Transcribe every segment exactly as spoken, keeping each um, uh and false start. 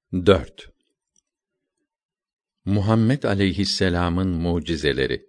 dört. Muhammed aleyhisselam'ın mucizeleri.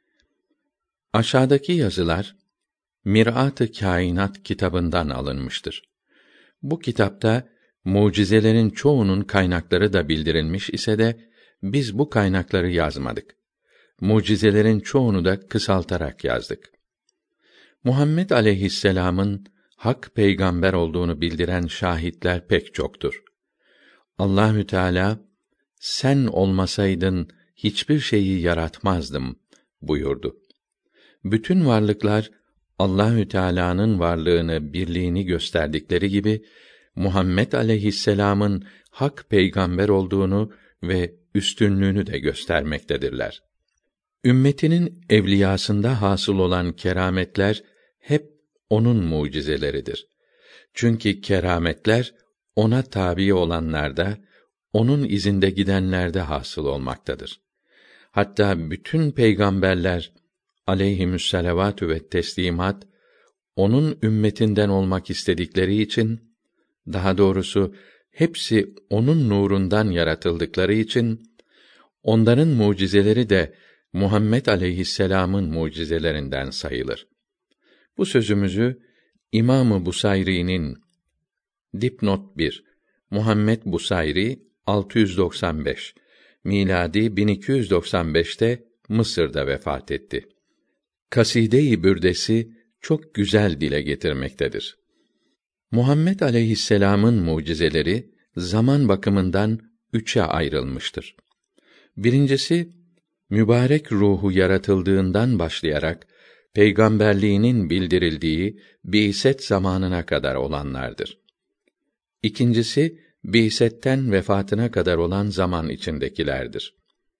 Aşağıdaki yazılar Mir'at-ı Kâinat kitabından alınmıştır. Bu kitapta mucizelerin çoğunun kaynakları da bildirilmiş ise de biz bu kaynakları yazmadık. Mucizelerin çoğunu da kısaltarak yazdık. Muhammed aleyhisselam'ın hak peygamber olduğunu bildiren şahitler pek çoktur. Allahü Teala sen olmasaydın hiçbir şeyi yaratmazdım buyurdu. Bütün varlıklar Allahü Teala'nın varlığını, birliğini gösterdikleri gibi Muhammed aleyhisselam'ın hak peygamber olduğunu ve üstünlüğünü de göstermektedirler. Ümmetinin evliyasında hasıl olan kerametler hep onun mucizeleridir. Çünkü kerametler ona tabi olanlarda, onun izinde gidenlerde hasıl olmaktadır. Hatta bütün peygamberler aleyhimüsselavatü ve teslimat onun ümmetinden olmak istedikleri için, daha doğrusu hepsi onun nurundan yaratıldıkları için, onların mucizeleri de Muhammed aleyhisselam'ın mucizelerinden sayılır. Bu sözümüzü İmam-ı Busayri'nin dipnot bir Muhammed Busayri altı yüz doksan beş miladi bin iki yüz doksan beşte Mısır'da vefat etti. Kaside-i Bürdesi çok güzel dile getirmektedir. Muhammed aleyhisselam'ın mucizeleri zaman bakımından üçe ayrılmıştır. Birincisi, mübarek ruhu yaratıldığından başlayarak peygamberliğinin bildirildiği bi'set zamanına kadar olanlardır. İkincisi, bi'setten vefatına kadar olan zaman içindekilerdir.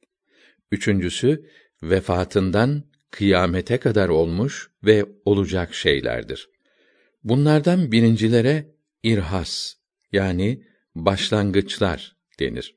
Üçüncüsü, vefatından kıyamete kadar olmuş ve olacak şeylerdir. Bunlardan birincilere irhas, yani başlangıçlar denir.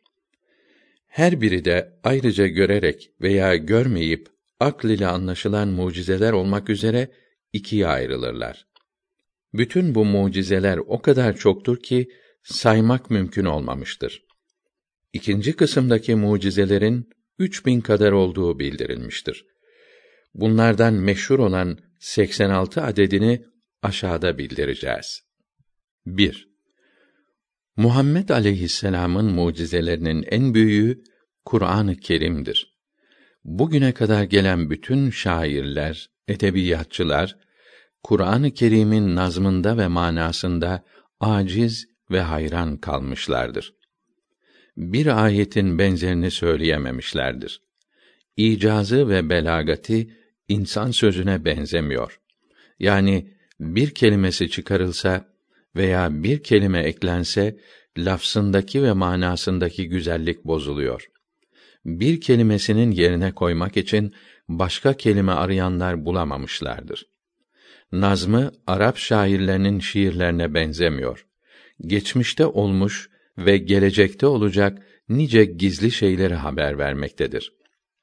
Her biri de ayrıca görerek veya görmeyip akl ile anlaşılan mucizeler olmak üzere ikiye ayrılırlar. Bütün bu mucizeler o kadar çoktur ki saymak mümkün olmamıştır. İkinci kısımdaki mucizelerin üç bin kadar olduğu bildirilmiştir. Bunlardan meşhur olan seksen altı adedini aşağıda bildireceğiz. bir. Muhammed aleyhisselam'ın mucizelerinin en büyüğü Kur'an-ı Kerim'dir. Bugüne kadar gelen bütün şairler, edebiyatçılar, Kur'an-ı Kerim'in nazmında ve manasında âciz ve hayran kalmışlardır. Bir ayetin benzerini söyleyememişlerdir. İcazı ve belagati insan sözüne benzemiyor. Yani bir kelimesi çıkarılsa veya bir kelime eklense, lafzındaki ve manasındaki güzellik bozuluyor. Bir kelimesinin yerine koymak için başka kelime arayanlar bulamamışlardır. Nazmı Arap şairlerinin şiirlerine benzemiyor. Geçmişte olmuş ve gelecekte olacak nice gizli şeyleri haber vermektedir.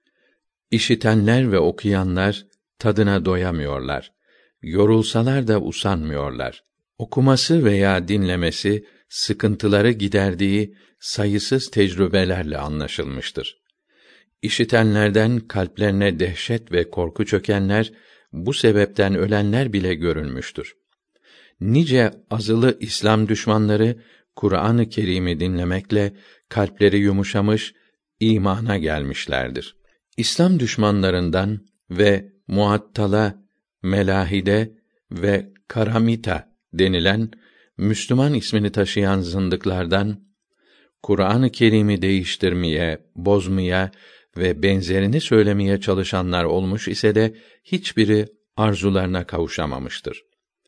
İşitenler ve okuyanlar tadına doyamıyorlar. Yorulsalar da usanmıyorlar. Okuması veya dinlemesi sıkıntıları giderdiği sayısız tecrübelerle anlaşılmıştır. İşitenlerden kalplerine dehşet ve korku çökenler, bu sebepten ölenler bile görülmüştür. Nice azılı İslam düşmanları Kur'an-ı Kerim'i dinlemekle kalpleri yumuşamış, imana gelmişlerdir. İslam düşmanlarından ve Muattala, Melahide ve Karamita denilen Müslüman ismini taşıyan zındıklardan Kur'an-ı Kerim'i değiştirmeye, bozmaya ve benzerini söylemeye çalışanlar olmuş ise de hiçbiri arzularına kavuşamamıştır.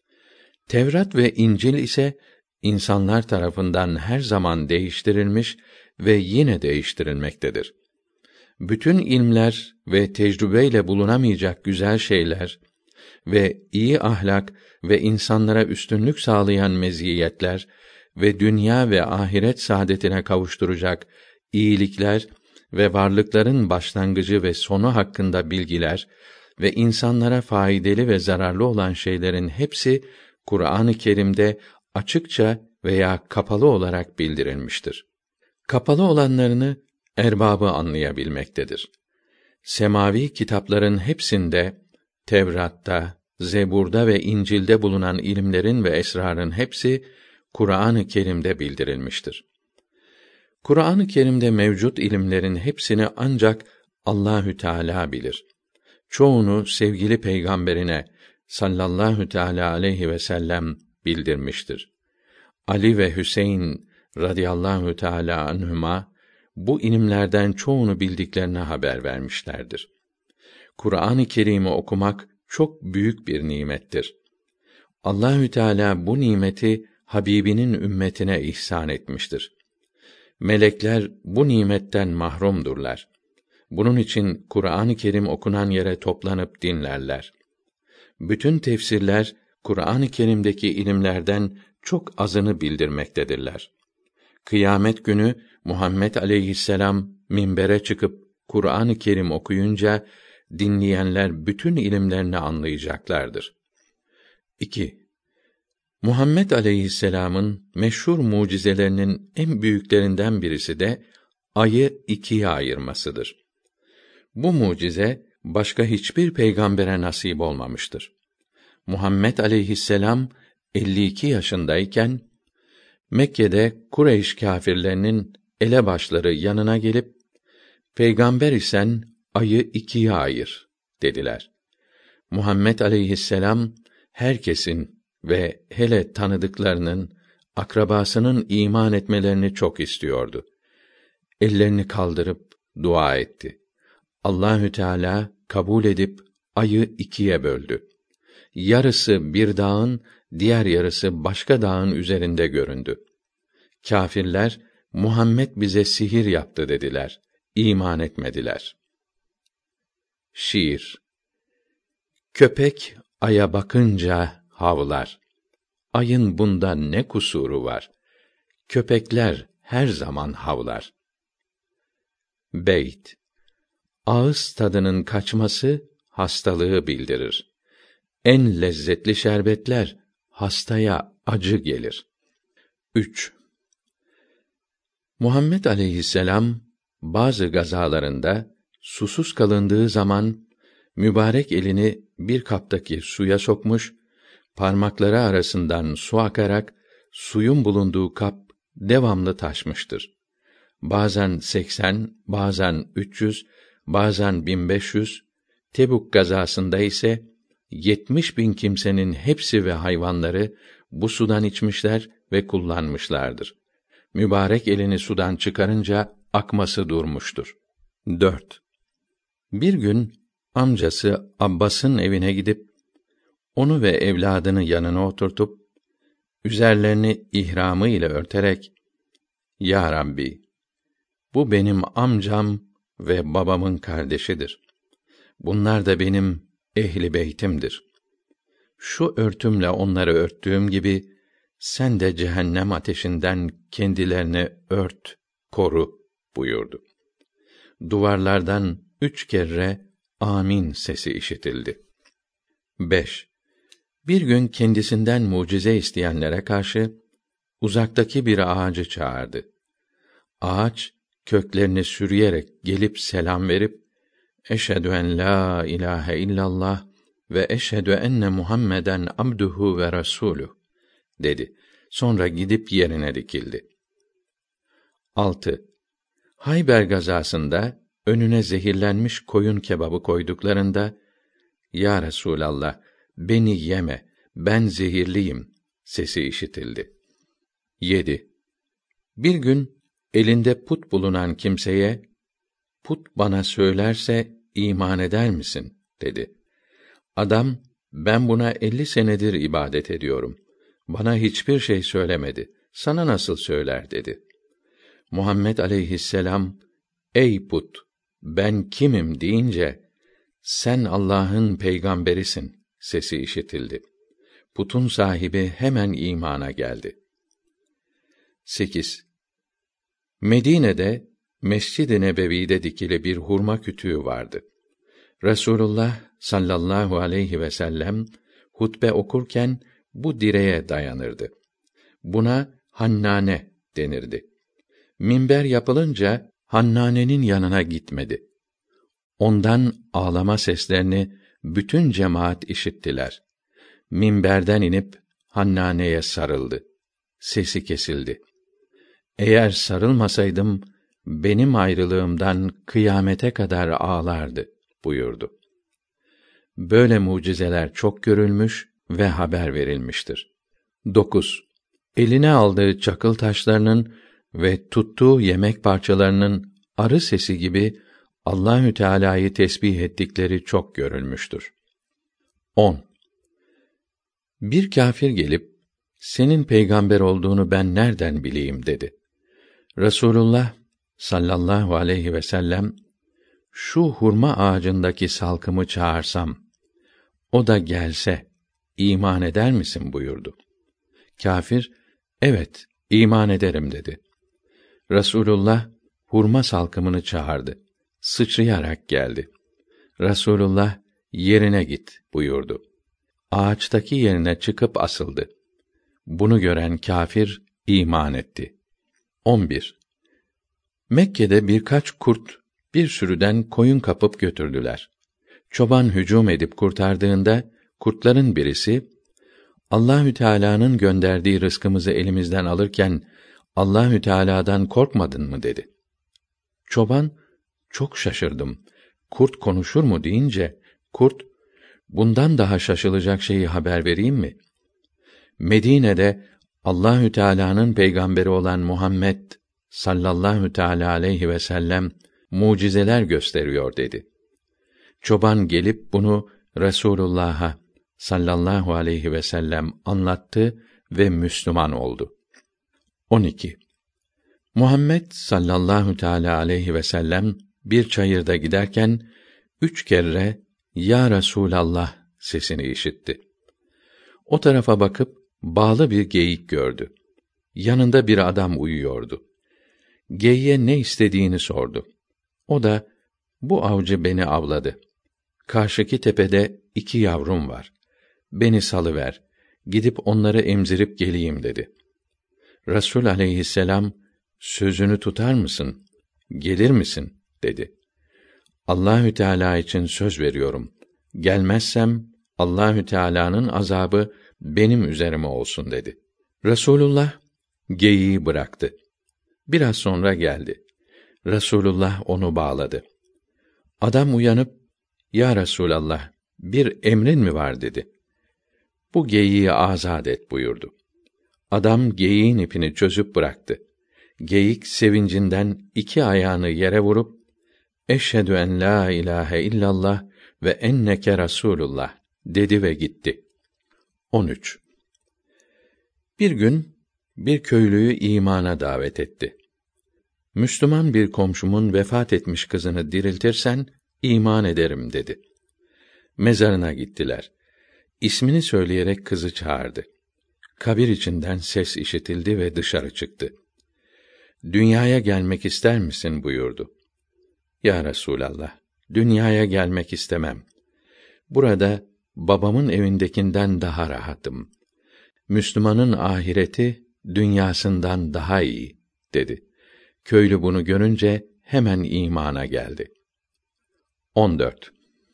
Tevrat ve İncil ise insanlar tarafından her zaman değiştirilmiş ve yine değiştirilmektedir. Bütün ilmler ve tecrübeyle bulunamayacak güzel şeyler ve iyi ahlak ve insanlara üstünlük sağlayan meziyetler ve dünya ve ahiret saadetine kavuşturacak iyilikler ve varlıkların başlangıcı ve sonu hakkında bilgiler ve insanlara faydalı ve zararlı olan şeylerin hepsi Kur'an-ı Kerim'de açıkça veya kapalı olarak bildirilmiştir. Kapalı olanlarını erbabı anlayabilmektedir. Semavi kitapların hepsinde, Tevrat'ta, Zebur'da ve İncil'de bulunan ilimlerin ve esrarın hepsi Kur'an-ı Kerim'de bildirilmiştir. Kur'an-ı Kerim'de mevcut ilimlerin hepsini ancak Allahü Teala bilir. Çoğunu sevgili peygamberine sallallahu teâlâ aleyhi ve sellem bildirmiştir. Ali ve Hüseyin radıyallahu teâlâ anhuma bu ilimlerden çoğunu bildiklerine haber vermişlerdir. Kur'an-ı Kerim'i okumak çok büyük bir nimettir. Allahü Teala bu nimeti Habibinin ümmetine ihsan etmiştir. Melekler bu nimetten mahrumdurlar. Bunun için Kur'an-ı Kerim okunan yere toplanıp dinlerler. Bütün tefsirler Kur'an-ı Kerim'deki ilimlerden çok azını bildirmektedirler. Kıyamet günü Muhammed aleyhisselam minbere çıkıp Kur'an-ı Kerim okuyunca dinleyenler bütün ilimlerini anlayacaklardır. iki. Muhammed aleyhisselam'ın meşhur mucizelerinin en büyüklerinden birisi de ayı ikiye ayırmasıdır. Bu mucize başka hiçbir peygambere nasip olmamıştır. Muhammed aleyhisselam elli iki yaşındayken Mekke'de Kureyş kâfirlerinin elebaşları yanına gelip "Peygamber isen ayı ikiye ayır" dediler. Muhammed aleyhisselam herkesin ve hele tanıdıklarının, akrabasının iman etmelerini çok istiyordu. Ellerini kaldırıp dua etti. Allahü Teala kabul edip ayı ikiye böldü. Yarısı bir dağın, diğer yarısı başka dağın üzerinde göründü. Kâfirler, Muhammed bize sihir yaptı dediler. İman etmediler. Şiir. Köpek aya bakınca havlar. Ayın bunda ne kusuru var? Köpekler her zaman havlar. Beyt. Ağız tadının kaçması hastalığı bildirir. En lezzetli şerbetler hastaya acı gelir. üç. Muhammed aleyhisselam bazı gazalarında susuz kalındığı zaman mübarek elini bir kaptaki suya sokmuş, parmakları arasından su akarak suyun bulunduğu kap devamlı taşmıştır. Bazen seksen, bazen üç yüz, bazen bin beş yüz, Tebuk gazasında ise yetmiş bin kimsenin hepsi ve hayvanları bu sudan içmişler ve kullanmışlardır. Mübarek elini sudan çıkarınca akması durmuştur. dört. Bir gün amcası Abbas'ın evine gidip onu ve evladını yanına oturtup üzerlerini ihramı ile örterek "Ya Rabbi, bu benim amcam ve babamın kardeşidir. Bunlar da benim ehli beytimdir. Şu örtümle onları örttüğüm gibi sen de cehennem ateşinden kendilerini ört, koru" buyurdu. Duvarlardan üç kere amin sesi işitildi. beş. Bir gün kendisinden mucize isteyenlere karşı uzaktaki bir ağacı çağırdı. Ağaç köklerini sürüyerek gelip selam verip "Eşhedü en la ilahe illallah ve eşhedü enne Muhammeden abduhu ve resuluh" dedi. Sonra gidip yerine dikildi. altı. Hayber gazasında önüne zehirlenmiş koyun kebabı koyduklarında "Ya Resûlallah, beni yeme, ben zehirliyim" sesi işitildi. yedi. Bir gün elinde put bulunan kimseye "Put bana söylerse iman eder misin?" dedi. Adam, "Ben buna elli senedir ibadet ediyorum. Bana hiçbir şey söylemedi. Sana nasıl söyler?" dedi. Muhammed aleyhisselam, "Ey put, ben kimim?" deyince, "Sen Allah'ın peygamberisin" sesi işitildi. Putun sahibi hemen imana geldi. sekiz. Medine'de Mescid-i Nebevi'de dikili bir hurma kütüğü vardı. Resulullah sallallahu aleyhi ve sellem hutbe okurken bu direğe dayanırdı. Buna hannane denirdi. Minber yapılınca Hannane'nin yanına gitmedi. Ondan ağlama seslerini bütün cemaat işittiler. Minberden inip Hannane'ye sarıldı. Sesi kesildi. Eğer sarılmasaydım, benim ayrılığımdan kıyamete kadar ağlardı buyurdu. Böyle mucizeler çok görülmüş ve haber verilmiştir. dokuz. Eline aldığı çakıl taşlarının ve tuttuğu yemek parçalarının arı sesi gibi Allahü Teala'yı tesbih ettikleri çok görülmüştür. on. Bir kâfir gelip, senin peygamber olduğunu ben nereden bileyim dedi. Resulullah sallallahu aleyhi ve sellem, şu hurma ağacındaki salkımı çağırsam, o da gelse, iman eder misin buyurdu. Kâfir, evet, iman ederim dedi. Resulullah, hurma salkımını çağırdı. Sıçrayarak geldi. Resulullah, yerine git buyurdu. Ağaçtaki yerine çıkıp asıldı. Bunu gören kâfir, iman etti. on bir. Mekke'de birkaç kurt, bir sürüden koyun kapıp götürdüler. Çoban hücum edip kurtardığında, kurtların birisi, Allahü Teala'nın gönderdiği rızkımızı elimizden alırken, Allahü Teala'dan korkmadın mı dedi. Çoban, çok şaşırdım. Kurt konuşur mu deyince, kurt, bundan daha şaşılacak şeyi haber vereyim mi? Medine'de Allahü Teala'nın peygamberi olan Muhammed sallallahu teâlâ aleyhi ve sellem mucizeler gösteriyor dedi. Çoban gelip bunu Resulullah'a sallallahu aleyhi ve sellem anlattı ve Müslüman oldu. on iki. Muhammed sallallahu teâlâ aleyhi ve sellem bir çayırda giderken üç kere ya Resulallah sesini işitti. O tarafa bakıp bağlı bir geyik gördü. Yanında bir adam uyuyordu. Geyiğe ne istediğini sordu. O da, bu avcı beni avladı. Karşıki tepede iki yavrum var. Beni salıver, gidip onları emzirip geleyim dedi. Resul aleyhisselam, sözünü tutar mısın? Gelir misin? dedi. Allahü Teala için söz veriyorum. Gelmezsem Allahü Teala'nın azabı benim üzerime olsun dedi. Resulullah geyiği bıraktı. Biraz sonra geldi. Resulullah onu bağladı. Adam uyanıp, ya Resulallah, bir emrin mi var dedi. Bu geyiği azad et buyurdu. Adam geyiğin ipini çözüp bıraktı. Geyik sevincinden iki ayağını yere vurup, eşhedü en la ilahe illallah ve enneke Rasulullah dedi ve gitti. on üç. Bir gün bir köylüyü imana davet etti. Müslüman bir komşumun vefat etmiş kızını diriltirsen iman ederim dedi. Mezarına gittiler. İsmini söyleyerek kızı çağırdı. Kabir içinden ses işitildi ve dışarı çıktı. Dünyaya gelmek ister misin buyurdu. Ya Resulallah, dünyaya gelmek istemem. Burada babamın evindekinden daha rahatım. Müslümanın ahireti dünyasından daha iyi dedi. Köylü bunu görünce hemen imana geldi. on dört.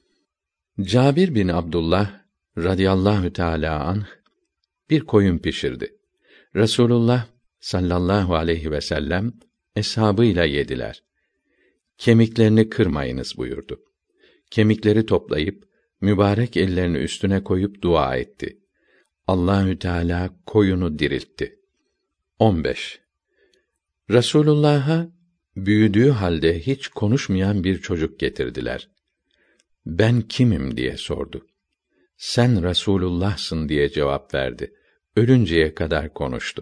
Cabir bin Abdullah radıyallahu teâlâ anh bir koyun pişirdi. Resulullah sallallahu aleyhi ve sellem eshabıyla yediler. Kemiklerini kırmayınız buyurdu. Kemikleri toplayıp mübarek ellerini üstüne koyup dua etti. Allahü Teala koyunu diriltti. on beş. Resulullah'a büyüdüğü halde hiç konuşmayan bir çocuk getirdiler. Ben kimim diye sordu. Sen Resulullah'sın diye cevap verdi. Ölünceye kadar konuştu.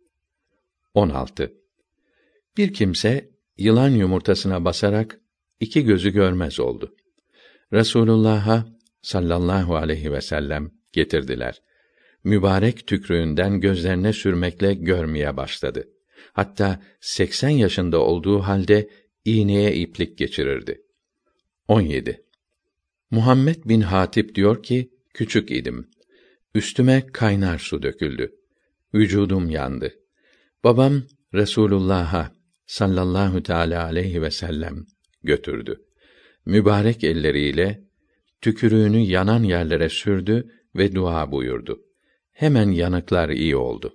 on altı. Bir kimse yılan yumurtasına basarak iki gözü görmez oldu. Resulullah'a sallallahu aleyhi ve sellem getirdiler. Mübarek tükrüğünden gözlerine sürmekle görmeye başladı. Hatta seksen yaşında olduğu halde iğneye iplik geçirirdi. on yedi. Muhammed bin Hatip diyor ki, küçük idim. Üstüme kaynar su döküldü. Vücudum yandı. Babam Resulullah'a sallallahu teâlâ aleyhi ve sellem götürdü. Mübarek elleriyle tükürüğünü yanan yerlere sürdü ve dua buyurdu. Hemen yanıklar iyi oldu.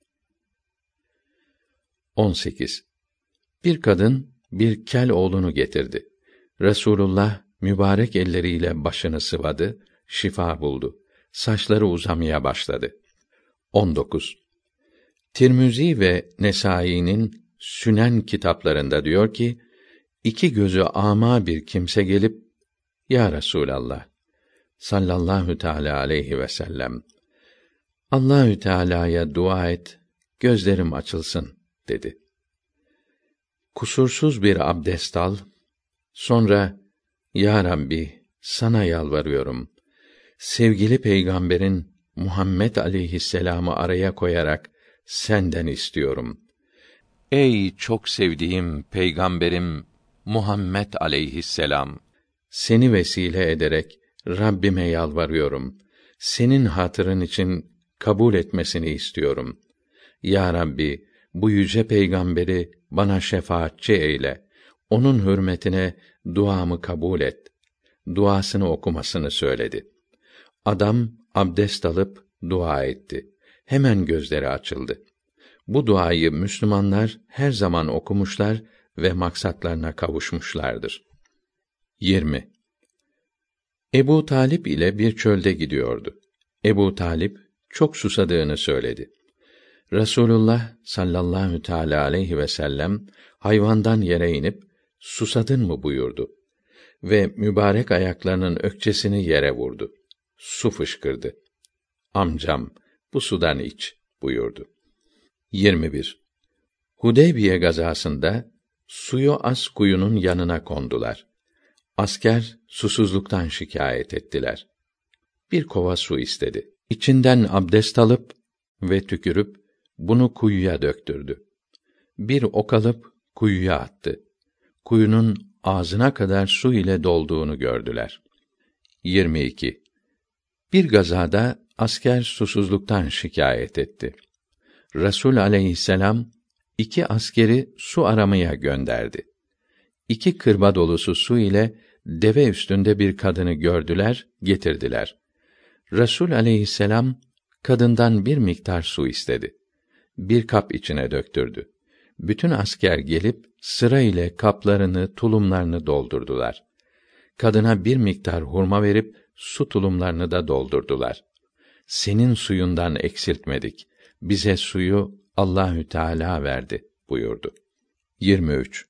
on sekiz. Bir kadın bir kel oğlunu getirdi. Resulullah mübarek elleriyle başını sıvadı, şifa buldu. Saçları uzamaya başladı. on dokuz. Tirmizi ve Nesai'nin Sünen kitaplarında diyor ki, iki gözü âmâ bir kimse gelip, Ya Resûlallah, sallallahu teâlâ aleyhi ve sellem, Allahü Teâlâ'ya dua et, gözlerim açılsın, dedi. Kusursuz bir abdest al, sonra, Ya Rabbi, sana yalvarıyorum, sevgili peygamberin Muhammed aleyhisselam'ı araya koyarak, senden istiyorum. Ey çok sevdiğim peygamberim Muhammed aleyhisselam, seni vesile ederek Rabbime yalvarıyorum. Senin hatırın için kabul etmesini istiyorum. Ya Rabbi, bu yüce peygamberi bana şefaatçi eyle. Onun hürmetine duamı kabul et. Duasını okumasını söyledi. Adam abdest alıp dua etti. Hemen gözleri açıldı. Bu duayı Müslümanlar her zaman okumuşlar ve maksatlarına kavuşmuşlardır. yirmi. Ebu Talip ile bir çölde gidiyordu. Ebu Talip çok susadığını söyledi. Resulullah sallallahu teâlâ aleyhi ve sellem hayvandan yere inip susadın mı buyurdu ve mübarek ayaklarının ökçesini yere vurdu. Su fışkırdı. Amcam, bu sudan iç buyurdu. yirmi bir. Hudeybiye gazasında suyu az kuyunun yanına kondular. Asker susuzluktan şikâyet ettiler. Bir kova su istedi. İçinden abdest alıp ve tükürüp bunu kuyuya döktürdü. Bir ok alıp kuyuya attı. Kuyunun ağzına kadar su ile dolduğunu gördüler. yirmi iki. Bir gazada asker susuzluktan şikâyet etti. Resul aleyhisselam iki askeri su aramaya gönderdi. İki kırba dolusu su ile deve üstünde bir kadını gördüler, getirdiler. Resul aleyhisselam kadından bir miktar su istedi. Bir kap içine döktürdü. Bütün asker gelip sıra ile kaplarını, tulumlarını doldurdular. Kadına bir miktar hurma verip su tulumlarını da doldurdular. Senin suyundan eksiltmedik. Bize suyu Allahü Teala verdi buyurdu. yirmi üç.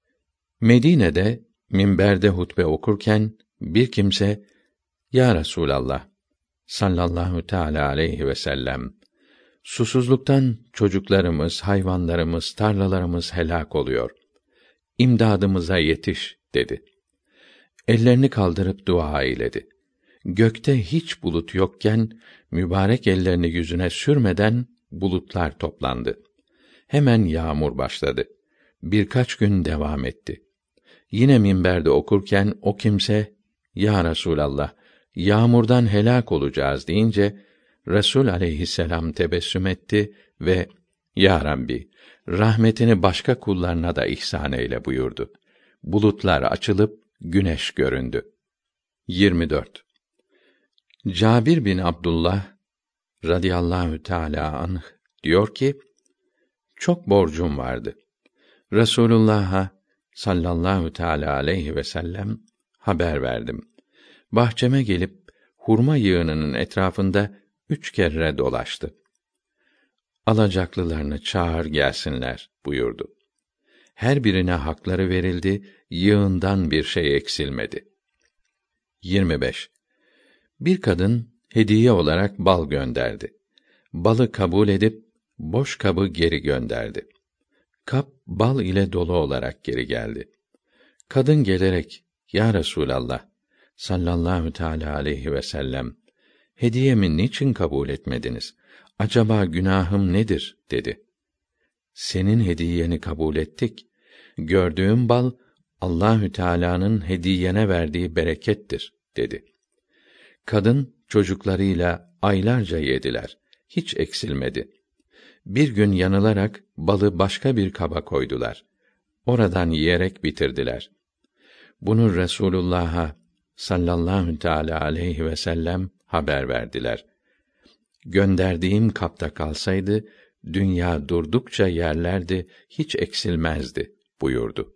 Medine'de minberde hutbe okurken bir kimse Ya Resulallah sallallahu teâlâ aleyhi ve sellem, susuzluktan çocuklarımız, hayvanlarımız, tarlalarımız helak oluyor. İmdadımıza yetiş dedi. Ellerini kaldırıp dua eyledi. Gökte hiç bulut yokken mübarek ellerini yüzüne sürmeden bulutlar toplandı. Hemen yağmur başladı. Birkaç gün devam etti. Yine minberde okurken o kimse Ya Resulallah, yağmurdan helak olacağız deyince Resul aleyhisselam tebessüm etti ve Ya Rabbi, rahmetini başka kullarına da ihsan eyle buyurdu. Bulutlar açılıp güneş göründü. yirmi dört. Cabir bin Abdullah radıyallahu teâlâ anh diyor ki, çok borcum vardı. Resulullah'a sallallahu teâlâ aleyhi ve sellem haber verdim. Bahçeme gelip hurma yığınının etrafında üç kere dolaştı. Alacaklılarını çağır gelsinler buyurdu. Her birine hakları verildi, yığından bir şey eksilmedi. yirmi beş. Bir kadın hediye olarak bal gönderdi. Balı kabul edip boş kabı geri gönderdi. Kap bal ile dolu olarak geri geldi. Kadın gelerek Ya Resulallah sallallahu teâlâ aleyhi ve sellem, hediyemi niçin kabul etmediniz? Acaba günahım nedir? dedi. Senin hediyeni kabul ettik. Gördüğüm bal Allahü Teala'nın hediyene verdiği berekettir dedi. Kadın çocuklarıyla aylarca yediler. Hiç eksilmedi. Bir gün yanılarak balı başka bir kaba koydular. oradan yiyerek bitirdiler. Bunu Resulullah'a sallallahu teâlâ aleyhi ve sellem haber verdiler. Gönderdiğim kapta kalsaydı, dünya durdukça yerlerdi, hiç eksilmezdi buyurdu.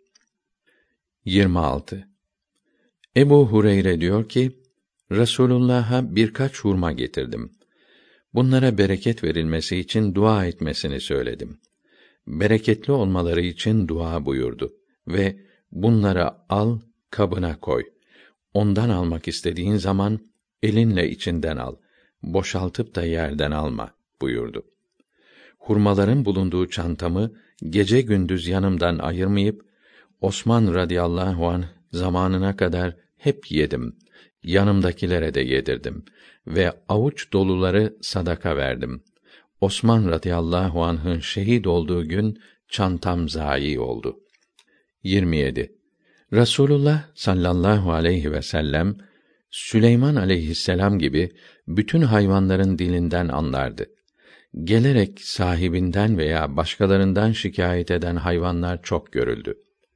yirmi altı. Ebu Hureyre diyor ki, Resulullah'a birkaç hurma getirdim. Bunlara bereket verilmesi için dua etmesini söyledim. Bereketli olmaları için dua buyurdu ve bunları al, kabına koy. Ondan almak istediğin zaman elinle içinden al. Boşaltıp da yerden alma buyurdu. Hurmaların bulunduğu çantamı gece gündüz yanımdan ayırmayıp Osman radıyallahu anh zamanına kadar hep yedim. Yanımdakilere de yedirdim ve avuç doluları sadaka verdim. Osman radıyallahu anh'ın şehit olduğu gün çantam zayi oldu. yirmi yedi. Rasulullah sallallahu aleyhi ve sellem Süleyman aleyhisselam gibi bütün hayvanların dilinden anlardı. Gelerek sahibinden veya başkalarından şikayet eden hayvanlar çok görüldü.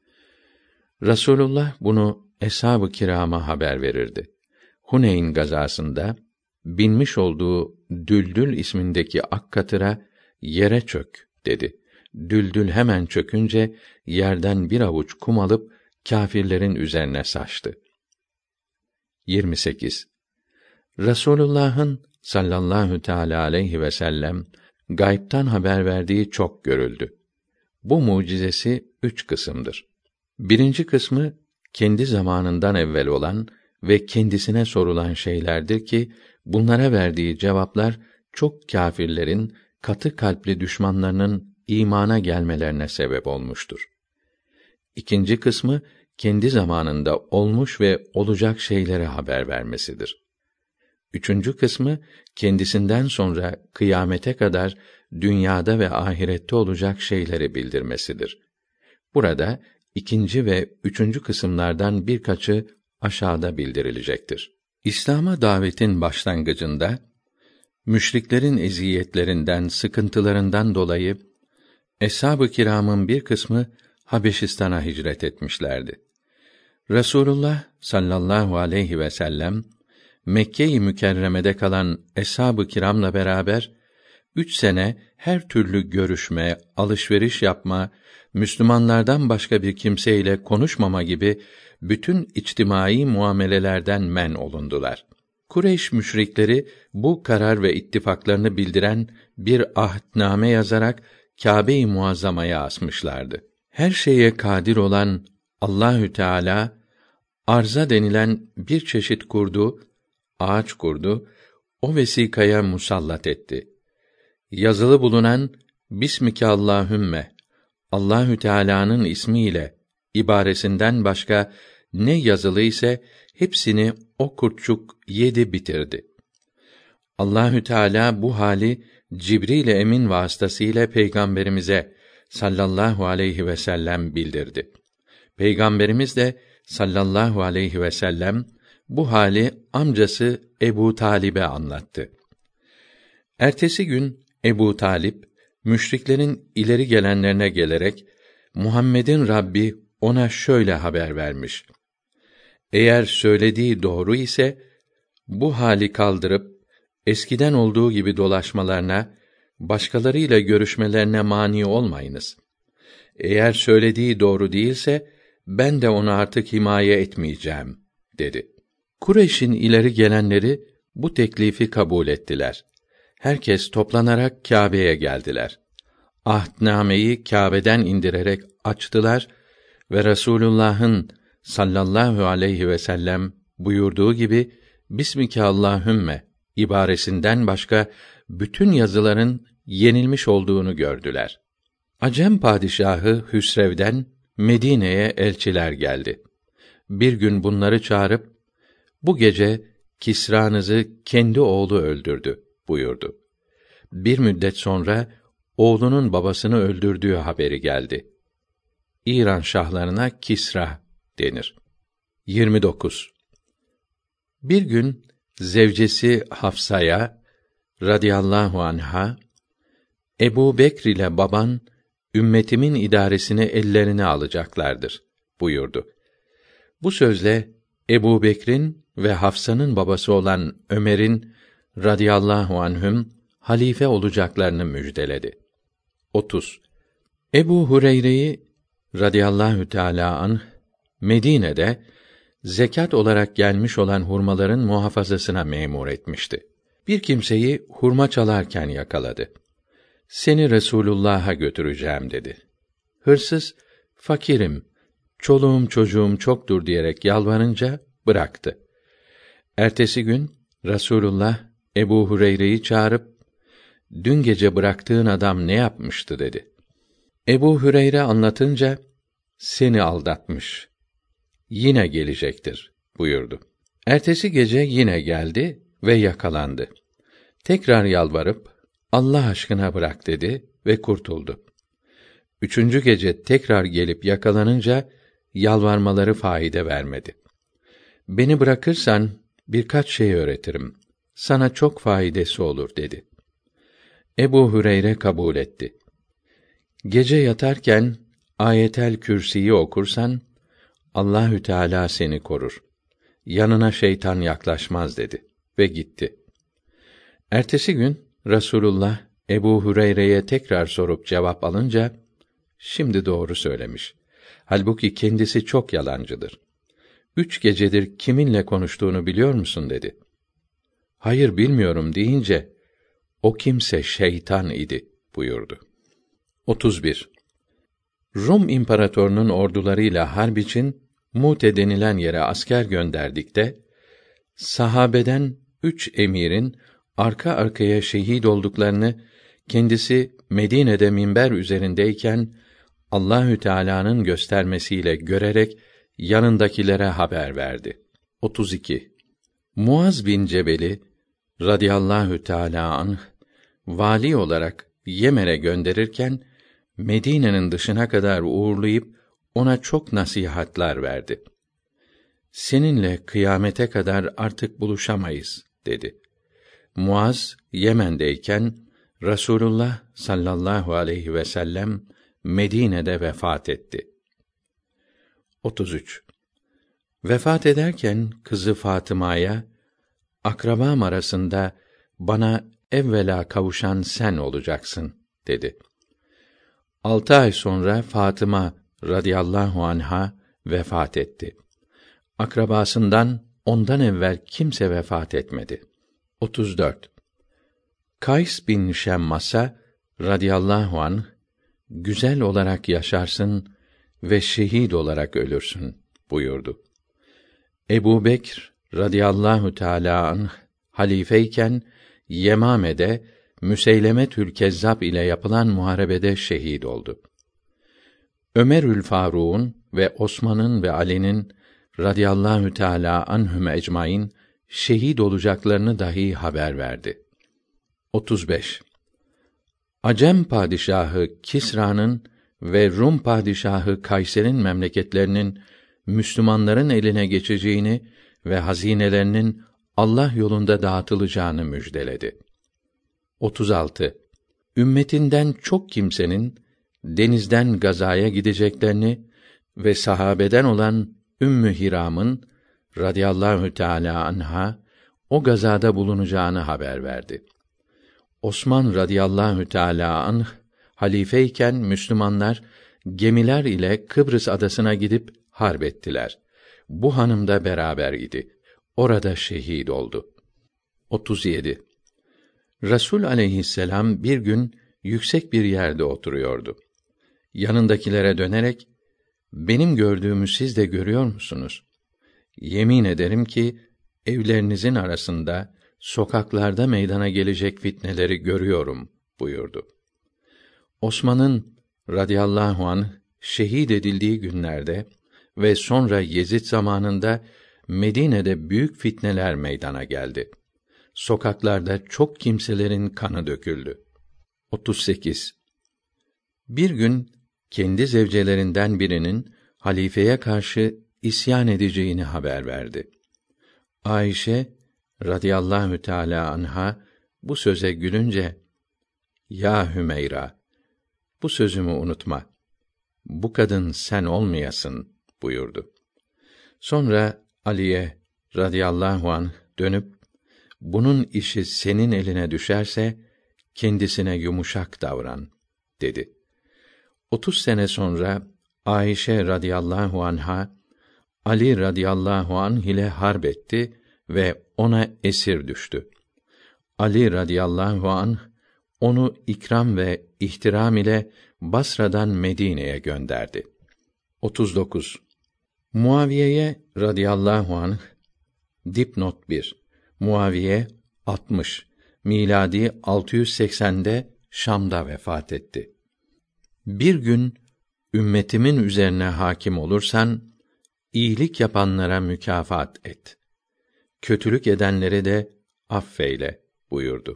Rasulullah bunu eshab-ı kirama haber verirdi. Huneyn gazasında binmiş olduğu Düldül ismindeki ak katıra yere çök dedi. Düldül hemen çökünce yerden bir avuç kum alıp kâfirlerin üzerine saçtı. yirmi sekiz. Resulullah'ın sallallahu teâlâ aleyhi ve sellem gaybtan haber verdiği çok görüldü. Bu mucizesi üç kısımdır. Birinci kısmı kendi zamanından evvel olan ve kendisine sorulan şeylerdir ki bunlara verdiği cevaplar çok kâfirlerin, katı kalpli düşmanlarının imana gelmelerine sebep olmuştur. İkinci kısmı kendi zamanında olmuş ve olacak şeylere haber vermesidir. Üçüncü kısmı kendisinden sonra kıyamete kadar dünyada ve ahirette olacak şeyleri bildirmesidir. Burada ikinci ve üçüncü kısımlardan birkaçı aşağıda bildirilecektir. İslam'a davetin başlangıcında müşriklerin eziyetlerinden, sıkıntılarından dolayı eshab-ı kiramın bir kısmı Habeşistan'a hicret etmişlerdi. Resulullah sallallahu aleyhi ve sellem Mekke-i Mükerreme'de kalan eshab-ı kiramla beraber üç sene her türlü görüşme, alışveriş yapma, Müslümanlardan başka bir kimseyle konuşmama gibi bütün içtimai muamelelerden men olundular. Kureyş müşrikleri bu karar ve ittifaklarını bildiren bir ahdname yazarak Kâbe-i Muazzama'ya asmışlardı. Her şeye kadir olan Allahü Teala arza denilen bir çeşit kurdu, ağaç kurdu, o vesikaya musallat etti. Yazılı bulunan Bismike Allahümme, Allahü Teala'nın ismiyle ibaresinden başka ne yazılı ise hepsini o kurtçuk yedi bitirdi. Allahü Teala bu hali Cibril emin vasıtasıyla peygamberimize sallallahu aleyhi ve sellem bildirdi. Peygamberimiz de sallallahu aleyhi ve sellem bu hali amcası Ebu Talib'e anlattı. Ertesi gün Ebu Talip müşriklerin ileri gelenlerine gelerek Muhammed'in Rabbi ona şöyle haber vermiş: eğer söylediği doğru ise bu hali kaldırıp eskiden olduğu gibi dolaşmalarına, başkalarıyla görüşmelerine mani olmayınız. Eğer söylediği doğru değilse ben de onu artık himaye etmeyeceğim dedi. Kureyş'in ileri gelenleri bu teklifi kabul ettiler. Herkes toplanarak Kâbe'ye geldiler. Ahdnameyi Kâbe'den indirerek açtılar ve Resulullah'ın sallallahu aleyhi ve sellem buyurduğu gibi Bismike Allahümme ibaresinden başka bütün yazıların yenilmiş olduğunu gördüler. Acem padişahı Hüsrev'den Medine'ye elçiler geldi. Bir gün bunları çağırıp bu gece Kisra'nızı kendi oğlu öldürdü buyurdu. Bir müddet sonra oğlunun babasını öldürdüğü haberi geldi. İran şahlarına Kisra denir. yirmi dokuz. Bir gün zevcesi Hafsa'ya radıyallahu anha, Ebu Bekr ile baban ümmetimin idaresini ellerine alacaklardır buyurdu. Bu sözle Ebu Bekr'in ve Hafsa'nın babası olan Ömer'in radıyallahu anhüm halife olacaklarını müjdeledi. otuz. Ebu Hureyre'yi radıyallahu teâlâ anh Medine'de zekat olarak gelmiş olan hurmaların muhafazasına memur etmişti. Bir kimseyi hurma çalarken yakaladı. Seni Resulullah'a götüreceğim dedi. Hırsız, fakirim, çoluğum çocuğum çoktur diyerek yalvarınca bıraktı. Ertesi gün Resulullah Ebu Hureyre'yi çağırıp, dün gece bıraktığın adam ne yapmıştı dedi. Ebu Hureyre anlatınca, seni aldatmış, yine gelecektir buyurdu. Ertesi gece yine geldi ve yakalandı. Tekrar yalvarıp, Allah aşkına bırak dedi ve kurtuldu. Üçüncü gece tekrar gelip yakalanınca, yalvarmaları faide vermedi. Beni bırakırsan, birkaç şey öğretirim. Sana çok faydası olur dedi. Ebu Hureyre kabul etti. Gece yatarken Ayetel Kürsi'yi okursan Allahü Teala seni korur. Yanına şeytan yaklaşmaz dedi ve gitti. Ertesi gün Resulullah Ebu Hureyre'ye tekrar sorup cevap alınca şimdi doğru söylemiş. Halbuki kendisi çok yalancıdır. Üç gecedir kiminle konuştuğunu biliyor musun dedi. Hayır bilmiyorum deyince o kimse şeytan idi buyurdu. otuz bir. Rum imparatorunun ordularıyla harp için Mute denilen yere asker gönderdikte sahabeden üç emirin arka arkaya şehit olduklarını kendisi Medine'de minber üzerindeyken Allahü Teala'nın göstermesiyle görerek yanındakilere haber verdi. otuz iki. Muaz bin Cebel'i radıyallahu teâlâ anh vali olarak Yemen'e gönderirken Medine'nin dışına kadar uğurlayıp ona çok nasihatler verdi. Seninle kıyamete kadar artık buluşamayız dedi. Muaz Yemen'deyken Rasulullah sallallahu aleyhi ve sellem Medine'de vefat etti. otuz üç. Vefat ederken kızı Fatıma'ya akrabam arasında bana evvela kavuşan sen olacaksın dedi. Altı ay sonra Fatıma radıyallahu anha vefat etti. Akrabasından ondan evvel kimse vefat etmedi. otuz dört. Kays bin Şemmas'a radıyallahu anh güzel olarak yaşarsın ve şehit olarak ölürsün buyurdu. Ebu Bekr radıyallahu teâlâ anh halifeyken Yemame'de Müseylemetül Kezzab ile yapılan muharebede şehit oldu. Ömerül Faruk'un ve Osman'ın ve Ali'nin radıyallahu teâlâ anhum ecmaîn şehit olacaklarını dahi haber verdi. otuz beş. Acem padişahı Kisra'nın ve Rum padişahı Kayser'in memleketlerinin Müslümanların eline geçeceğini ve hazinelerinin Allah yolunda dağıtılacağını müjdeledi. otuz altı. Ümmetinden çok kimsenin denizden gazaya gideceklerini ve sahabeden olan Ümmü Hiram'ın radıyallahu teâlâ anha o gazada bulunacağını haber verdi. Osman radıyallahu teâlâ anh halifeyken Müslümanlar gemiler ile Kıbrıs adasına gidip harp ettiler. Bu hanım da beraber idi. Orada şehit oldu. otuz yedi. Resul aleyhisselam bir gün yüksek bir yerde oturuyordu. Yanındakilere dönerek, benim gördüğümü siz de görüyor musunuz? Yemin ederim ki, evlerinizin arasında, sokaklarda meydana gelecek fitneleri görüyorum buyurdu. Osman'ın radıyallahu anh şehit edildiği günlerde ve sonra Yezid zamanında Medine'de büyük fitneler meydana geldi. Sokaklarda çok kimselerin kanı döküldü. otuz sekiz. Bir gün kendi zevcelerinden birinin halifeye karşı isyan edeceğini haber verdi. Ayşe radıyallahu teâlâ anha bu söze gülünce, ya Hümeyra, bu sözümü unutma. Bu kadın sen olmayasın buyurdu. Sonra Ali'ye radıyallahu anh dönüp, bunun işi senin eline düşerse, kendisine yumuşak davran, dedi. Otuz sene sonra, Ayşe radıyallahu anha, Ali radıyallahu anh ile harp etti ve ona esir düştü. Ali radıyallahu anh, onu ikram ve ihtiram ile Basra'dan Medine'ye gönderdi. otuz dokuz. Muaviye'ye radıyallahu anh, dipnot bir. Muaviye altmış, miladi altı yüz seksende Şam'da vefat etti. Bir gün ümmetimin üzerine hakim olursan, iyilik yapanlara mükafat et. Kötülük edenleri de affeyle buyurdu.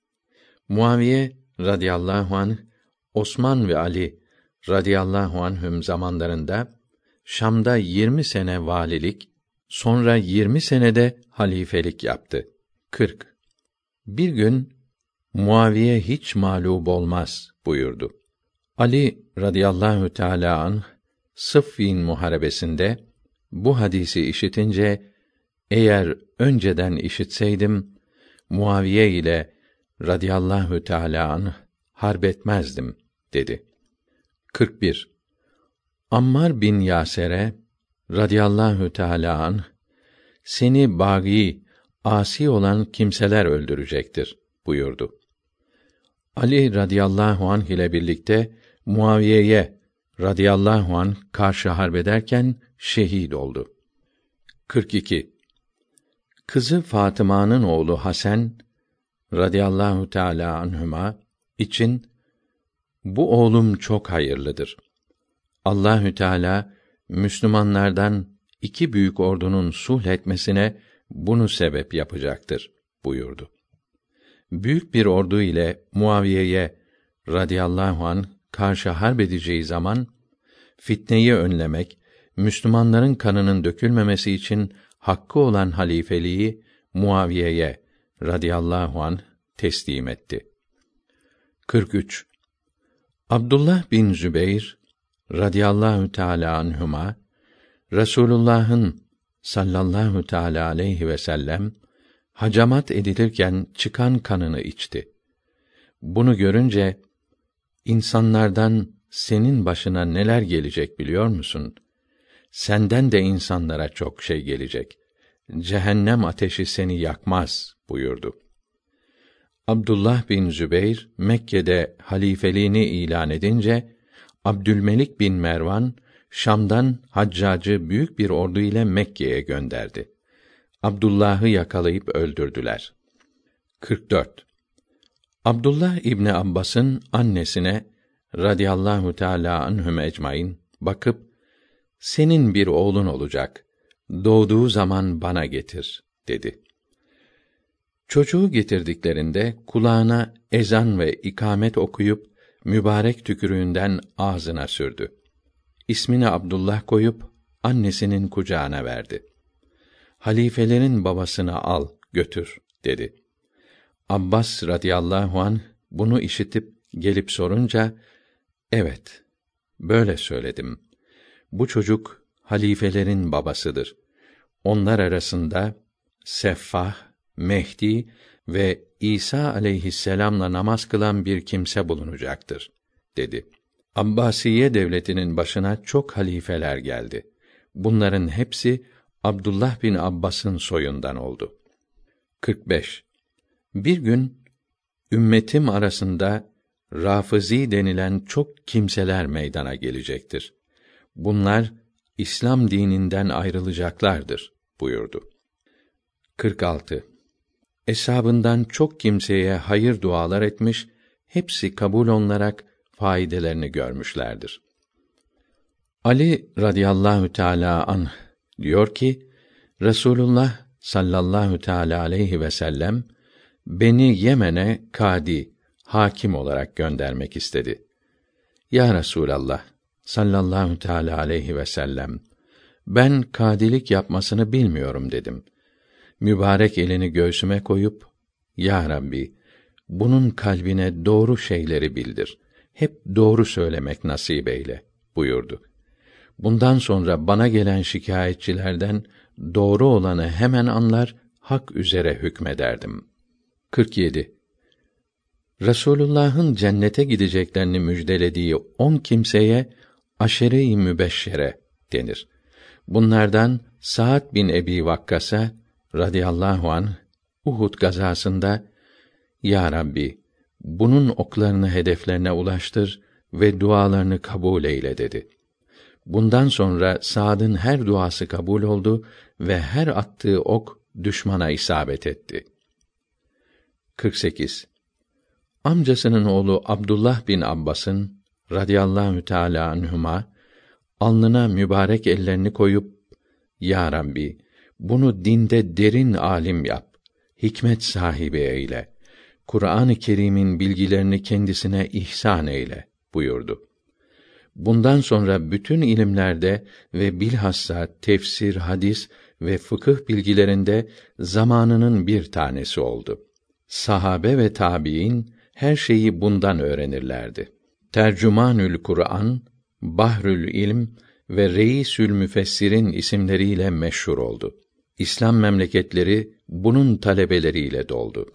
Muaviye radıyallahu anh, Osman ve Ali radıyallahu anhüm zamanlarında Şam'da yirmi sene valilik, sonra yirmi senede halifelik yaptı. kırk. Bir gün Muaviye hiç mağlup olmaz buyurdu. Ali radıyallahu teâlâ anh, Sıffîn muharebesinde bu hadisi işitince, eğer önceden işitseydim, Muaviye ile radıyallahu teâlâ anh harp etmezdim, dedi. kırk bir. Ammar bin Yâser'e radıyallahu teâlâ anh, seni bâgî, âsî olan kimseler öldürecektir buyurdu. Ali radıyallahu anh ile birlikte Muaviye'ye radıyallahu anh karşı harbederken şehit oldu. kırk iki. Kızı Fatıma'nın oğlu Hasan radıyallahu teâlâ anhuma için, bu oğlum çok hayırlıdır. Allahü Teala Müslümanlardan iki büyük ordunun sulh etmesine bunu sebep yapacaktır buyurdu. Büyük bir ordu ile Muaviye'ye radıyallahu anh karşı harp edeceği zaman, fitneyi önlemek, Müslümanların kanının dökülmemesi için hakkı olan halifeliği Muaviye'ye radıyallahu anh teslim etti. kırk üç. Abdullah bin Zübeyr radıyallahu teâlâ anhuma, Resulullah'ın sallallahu teâlâ aleyhi ve sellem hacamat edilirken çıkan kanını içti. Bunu görünce, insanlardan senin başına neler gelecek biliyor musun? Senden de insanlara çok şey gelecek. Cehennem ateşi seni yakmaz buyurdu. Abdullah bin Zübeyr Mekke'de halifeliğini ilan edince, Abdülmelik bin Mervan Şam'dan Haccac'ı büyük bir ordu ile Mekke'ye gönderdi. Abdullah'ı yakalayıp öldürdüler. kırk dört. Abdullah İbni Abbas'ın annesine radıyallahu teâlâ anhum ecmaîn bakıp, senin bir oğlun olacak, doğduğu zaman bana getir, dedi. Çocuğu getirdiklerinde kulağına ezan ve ikamet okuyup mübarek tükürüğünden ağzına sürdü. İsmini Abdullah koyup annesinin kucağına verdi. Halifelerin babasını al, götür, dedi. Abbas radıyallahu anh bunu işitip gelip sorunca, evet, böyle söyledim. Bu çocuk halifelerin babasıdır. Onlar arasında Seffah, Mehdi ve İsa aleyhisselamla namaz kılan bir kimse bulunacaktır, dedi. Abbasiye devletinin başına çok halifeler geldi. Bunların hepsi Abdullah bin Abbas'ın soyundan oldu. kırk beş. Bir gün ümmetim arasında Rafızi denilen çok kimseler meydana gelecektir. Bunlar İslam dininden ayrılacaklardır buyurdu. kırk altı. Eshabından çok kimseye hayır dualar etmiş, hepsi kabul olunarak faydelerini görmüşlerdir. Ali radıyallahu teâlâ anh diyor ki, Resulullah sallallahu teâlâ aleyhi ve sellem beni Yemen'e kâdi, hakim olarak göndermek istedi. Ya Resulallah sallallahu teâlâ aleyhi ve sellem, ben kâdilik yapmasını bilmiyorum dedim. Mübarek elini göğsüme koyup, Ya Rabbi, bunun kalbine doğru şeyleri bildir. hep doğru söylemek nasip eyle buyurdu. Bundan sonra bana gelen şikâyetçilerden doğru olanı hemen anlar, hak üzere hükmederdim. kırk yedi. Resulullah'ın cennete gideceklerini müjdelediği on kimseye aşere-i mübeşşere denir. Bunlardan Sa'd bin Ebi Vakkas'a radıyallahu anh Uhud gazasında "Ya Rabbi, bunun oklarını hedeflerine ulaştır ve dualarını kabul eyle" dedi. Bundan sonra Sa'd'ın her duası kabul oldu ve her attığı ok düşmana isabet etti. kırk sekiz. Amcasının oğlu Abdullah bin Abbas'ın radıyallahu teâlâ anhuma alnına mübarek ellerini koyup "Ya Rabbi, bunu dinde derin alim yap, hikmet sahibi eyle, Kur'an-ı Kerim'in bilgilerini kendisine ihsan eyle" buyurdu. Bundan sonra bütün ilimlerde ve bilhassa tefsir, hadis ve fıkıh bilgilerinde zamanının bir tanesi oldu. Sahabe ve tâbiîn her şeyi bundan öğrenirlerdi. Tercümanül Kur'an, Bahrül İlm ve Reisül Müfessirin isimleriyle meşhur oldu. İslam memleketleri bunun talebeleriyle doldu.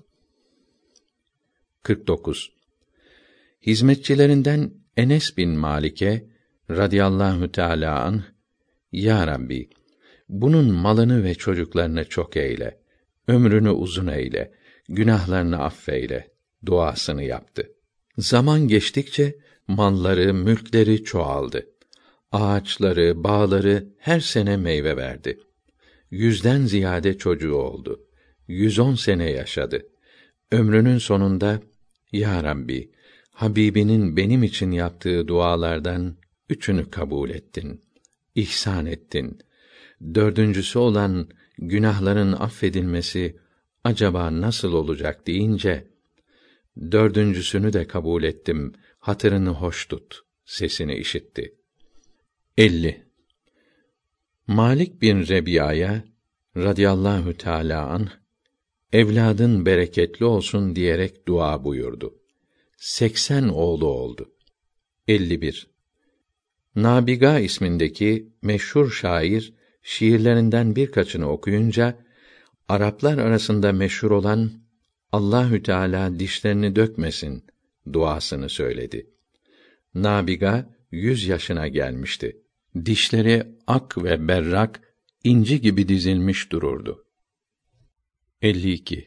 kırk dokuz. Hizmetçilerinden Enes bin Malik'e radıyallahu teâlâ anh, "Ya Rabbi, bunun malını ve çocuklarını çok eyle, ömrünü uzun eyle, günahlarını affeyle" duasını yaptı. Zaman geçtikçe malları, mülkleri çoğaldı. Ağaçları, bağları her sene meyve verdi. Yüzden ziyade çocuğu oldu. Yüz on sene yaşadı. Ömrünün sonunda, "Ya Rabbi, Habibinin benim için yaptığı dualardan üçünü kabul ettin, ihsan ettin. Dördüncüsü olan günahların affedilmesi acaba nasıl olacak?" deyince, "Dördüncüsünü de kabul ettim, hatırını hoş tut" sesini işitti. elli. Malik bin Rebiya'ya radıyallahu teâlâ anh, evladın bereketli olsun diyerek dua buyurdu. Seksen oğlu oldu. elli bir. Nabiga ismindeki meşhur şair, şiirlerinden birkaçını okuyunca, Araplar arasında meşhur olan "Allahü Teâlâ dişlerini dökmesin" duasını söyledi. Nabiga yüz yaşına gelmişti. Dişleri ak ve berrak, inci gibi dizilmiş dururdu. elli iki.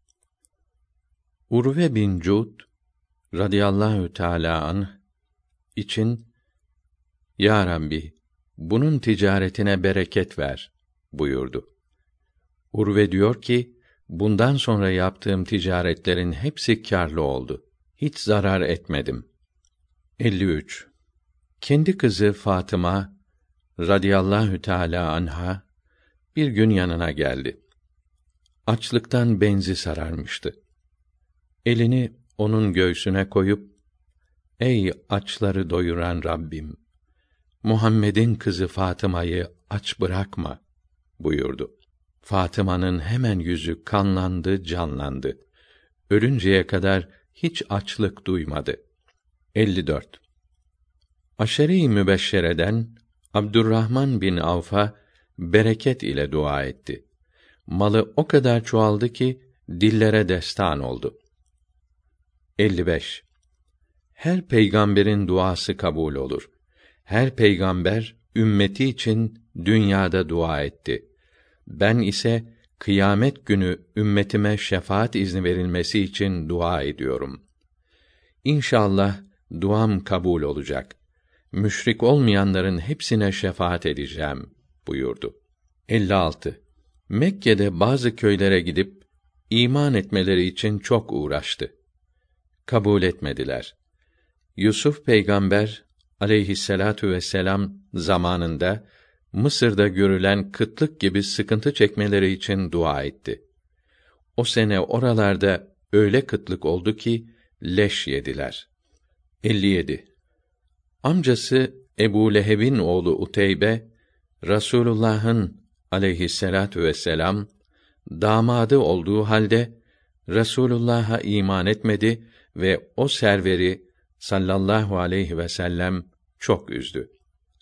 Urve bin Cud radıyallahu teâlâ anh için "Ya Rabbi, bunun ticaretine bereket ver" buyurdu. Urve diyor ki, bundan sonra yaptığım ticaretlerin hepsi kârlı oldu. Hiç zarar etmedim. elli üç. Kendi kızı Fatıma radıyallahu teâlâ anha bir gün yanına geldi. Açlıktan benzi sararmıştı. Elini onun göğsüne koyup, "Ey açları doyuran Rabbim, Muhammed'in kızı Fatıma'yı aç bırakma" buyurdu. Fatıma'nın hemen yüzü kanlandı, canlandı. Ölünceye kadar hiç açlık duymadı. elli dört. Aşere-i Mübeşşere'den Abdurrahman bin Avf'a bereket ile dua etti. Malı o kadar çoğaldı ki dillere destan oldu. elli beş. Her peygamberin duası kabul olur. Her peygamber ümmeti için dünyada dua etti. Ben ise kıyamet günü ümmetime şefaat izni verilmesi için dua ediyorum. İnşallah duam kabul olacak. Müşrik olmayanların hepsine şefaat edeceğim buyurdu. elli altı. Mekke'de bazı köylere gidip iman etmeleri için çok uğraştı. Kabul etmediler. Yusuf peygamber aleyhisselatu vesselam zamanında Mısır'da görülen kıtlık gibi sıkıntı çekmeleri için dua etti. O sene oralarda öyle kıtlık oldu ki leş yediler. elli yedi. Amcası Ebu Leheb'in oğlu Uteybe, Rasulullah'ın aleyhisselatu vesselam damadı olduğu halde Resulullah'a iman etmedi ve o serveri sallallahu aleyhi ve sellem çok üzdü.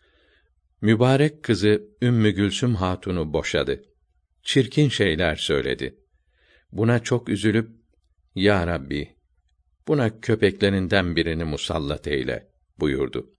Mübarek kızı Ümmü Gülsüm Hatun'u boşadı. Çirkin şeyler söyledi. Buna çok üzülüp, Ya Rabbi, buna köpeklerinden birini musallat eyle buyurdu.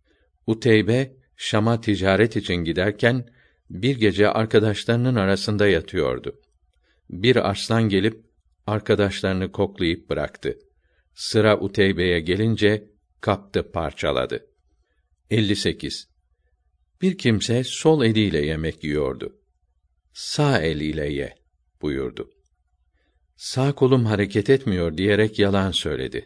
Uteybe, Şam'a ticaret için giderken, bir gece arkadaşlarının arasında yatıyordu. Bir arslan gelip, arkadaşlarını koklayıp bıraktı. Sıra Uteybe'ye gelince, kaptı parçaladı. elli sekiz. Bir kimse sol eliyle yemek yiyordu. Sağ eliyle ye buyurdu. Sağ kolum hareket etmiyor diyerek yalan söyledi.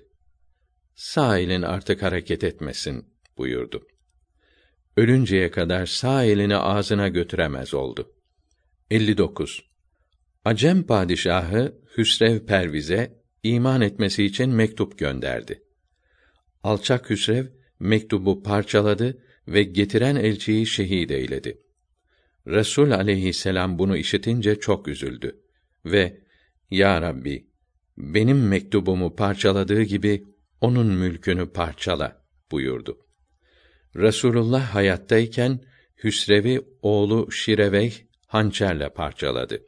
Sağ elin artık hareket etmesin buyurdu. Ölünceye kadar sağ elini ağzına götüremez oldu. elli dokuz. Acem padişahı Hüsrev Perviz'e iman etmesi için mektup gönderdi. Alçak Hüsrev mektubu parçaladı ve getiren elçiyi şehit eyledi. Resul aleyhisselam bunu işitince çok üzüldü ve Ya Rabbi, benim mektubumu parçaladığı gibi onun mülkünü parçala buyurdu. Resulullah hayattayken Hüsrev'i oğlu Şireveyh hançerle parçaladı.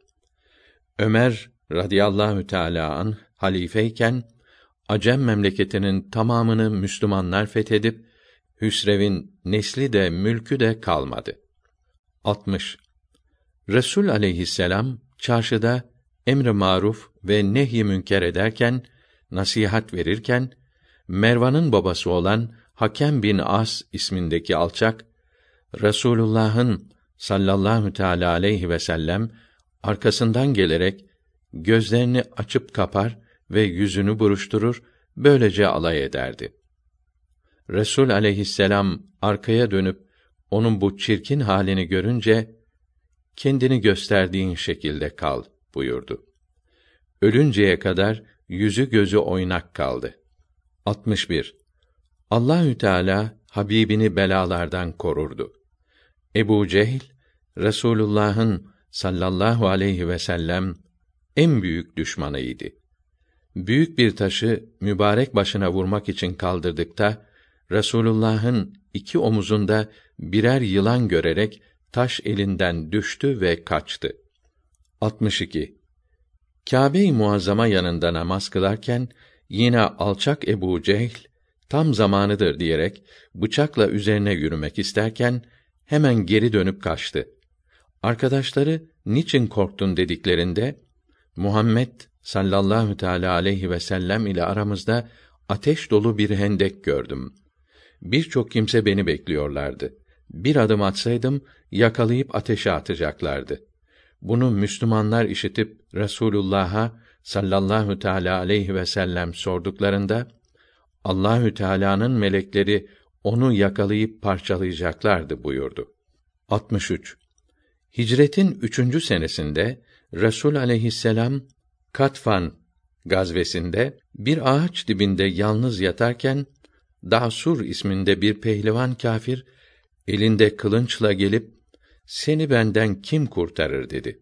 Ömer radıyallahu teâlâ anh halifeyken Acem memleketinin tamamını Müslümanlar fethedip Hüsrev'in nesli de mülkü de kalmadı. altmış. Resul aleyhisselam çarşıda emr-i maruf ve nehy-i münker ederken, nasihat verirken, Mervan'ın babası olan Hakem bin As ismindeki alçak, Resulullah'ın sallallahu teâlâ aleyhi ve sellem arkasından gelerek gözlerini açıp kapar ve yüzünü buruşturur, böylece alay ederdi. Resul aleyhisselam arkaya dönüp onun bu çirkin halini görünce, kendini gösterdiğin şekilde kal buyurdu. Ölünceye kadar yüzü gözü oynak kaldı. altmış bir. Allahü Teala Habibini belalardan korurdu. Ebu Cehl, Resulullah'ın sallallahu aleyhi ve sellem en büyük düşmanıydı. Büyük bir taşı mübarek başına vurmak için kaldırdıkta, Resulullah'ın iki omuzunda birer yılan görerek taş elinden düştü ve kaçtı. altmış iki. Kâbe-i Muazzama yanında namaz kılarken yine alçak Ebu Cehl tam zamanıdır diyerek bıçakla üzerine yürümek isterken hemen geri dönüp kaçtı. Arkadaşları niçin korktun dediklerinde Muhammed sallallahu teâlâ aleyhi ve sellem ile aramızda ateş dolu bir hendek gördüm. Birçok kimse beni bekliyorlardı. Bir adım atsaydım yakalayıp ateşe atacaklardı. Bunu Müslümanlar işitip Resulullah'a sallallahu teâlâ aleyhi ve sellem sorduklarında Allahü Teala'nın melekleri onu yakalayıp parçalayacaklardı buyurdu. altmış üç. Hicretin üçüncü senesinde Resul aleyhisselam Katfan gazvesinde bir ağaç dibinde yalnız yatarken Dasur isminde bir pehlivan kâfir elinde kılınçla gelip seni benden kim kurtarır dedi.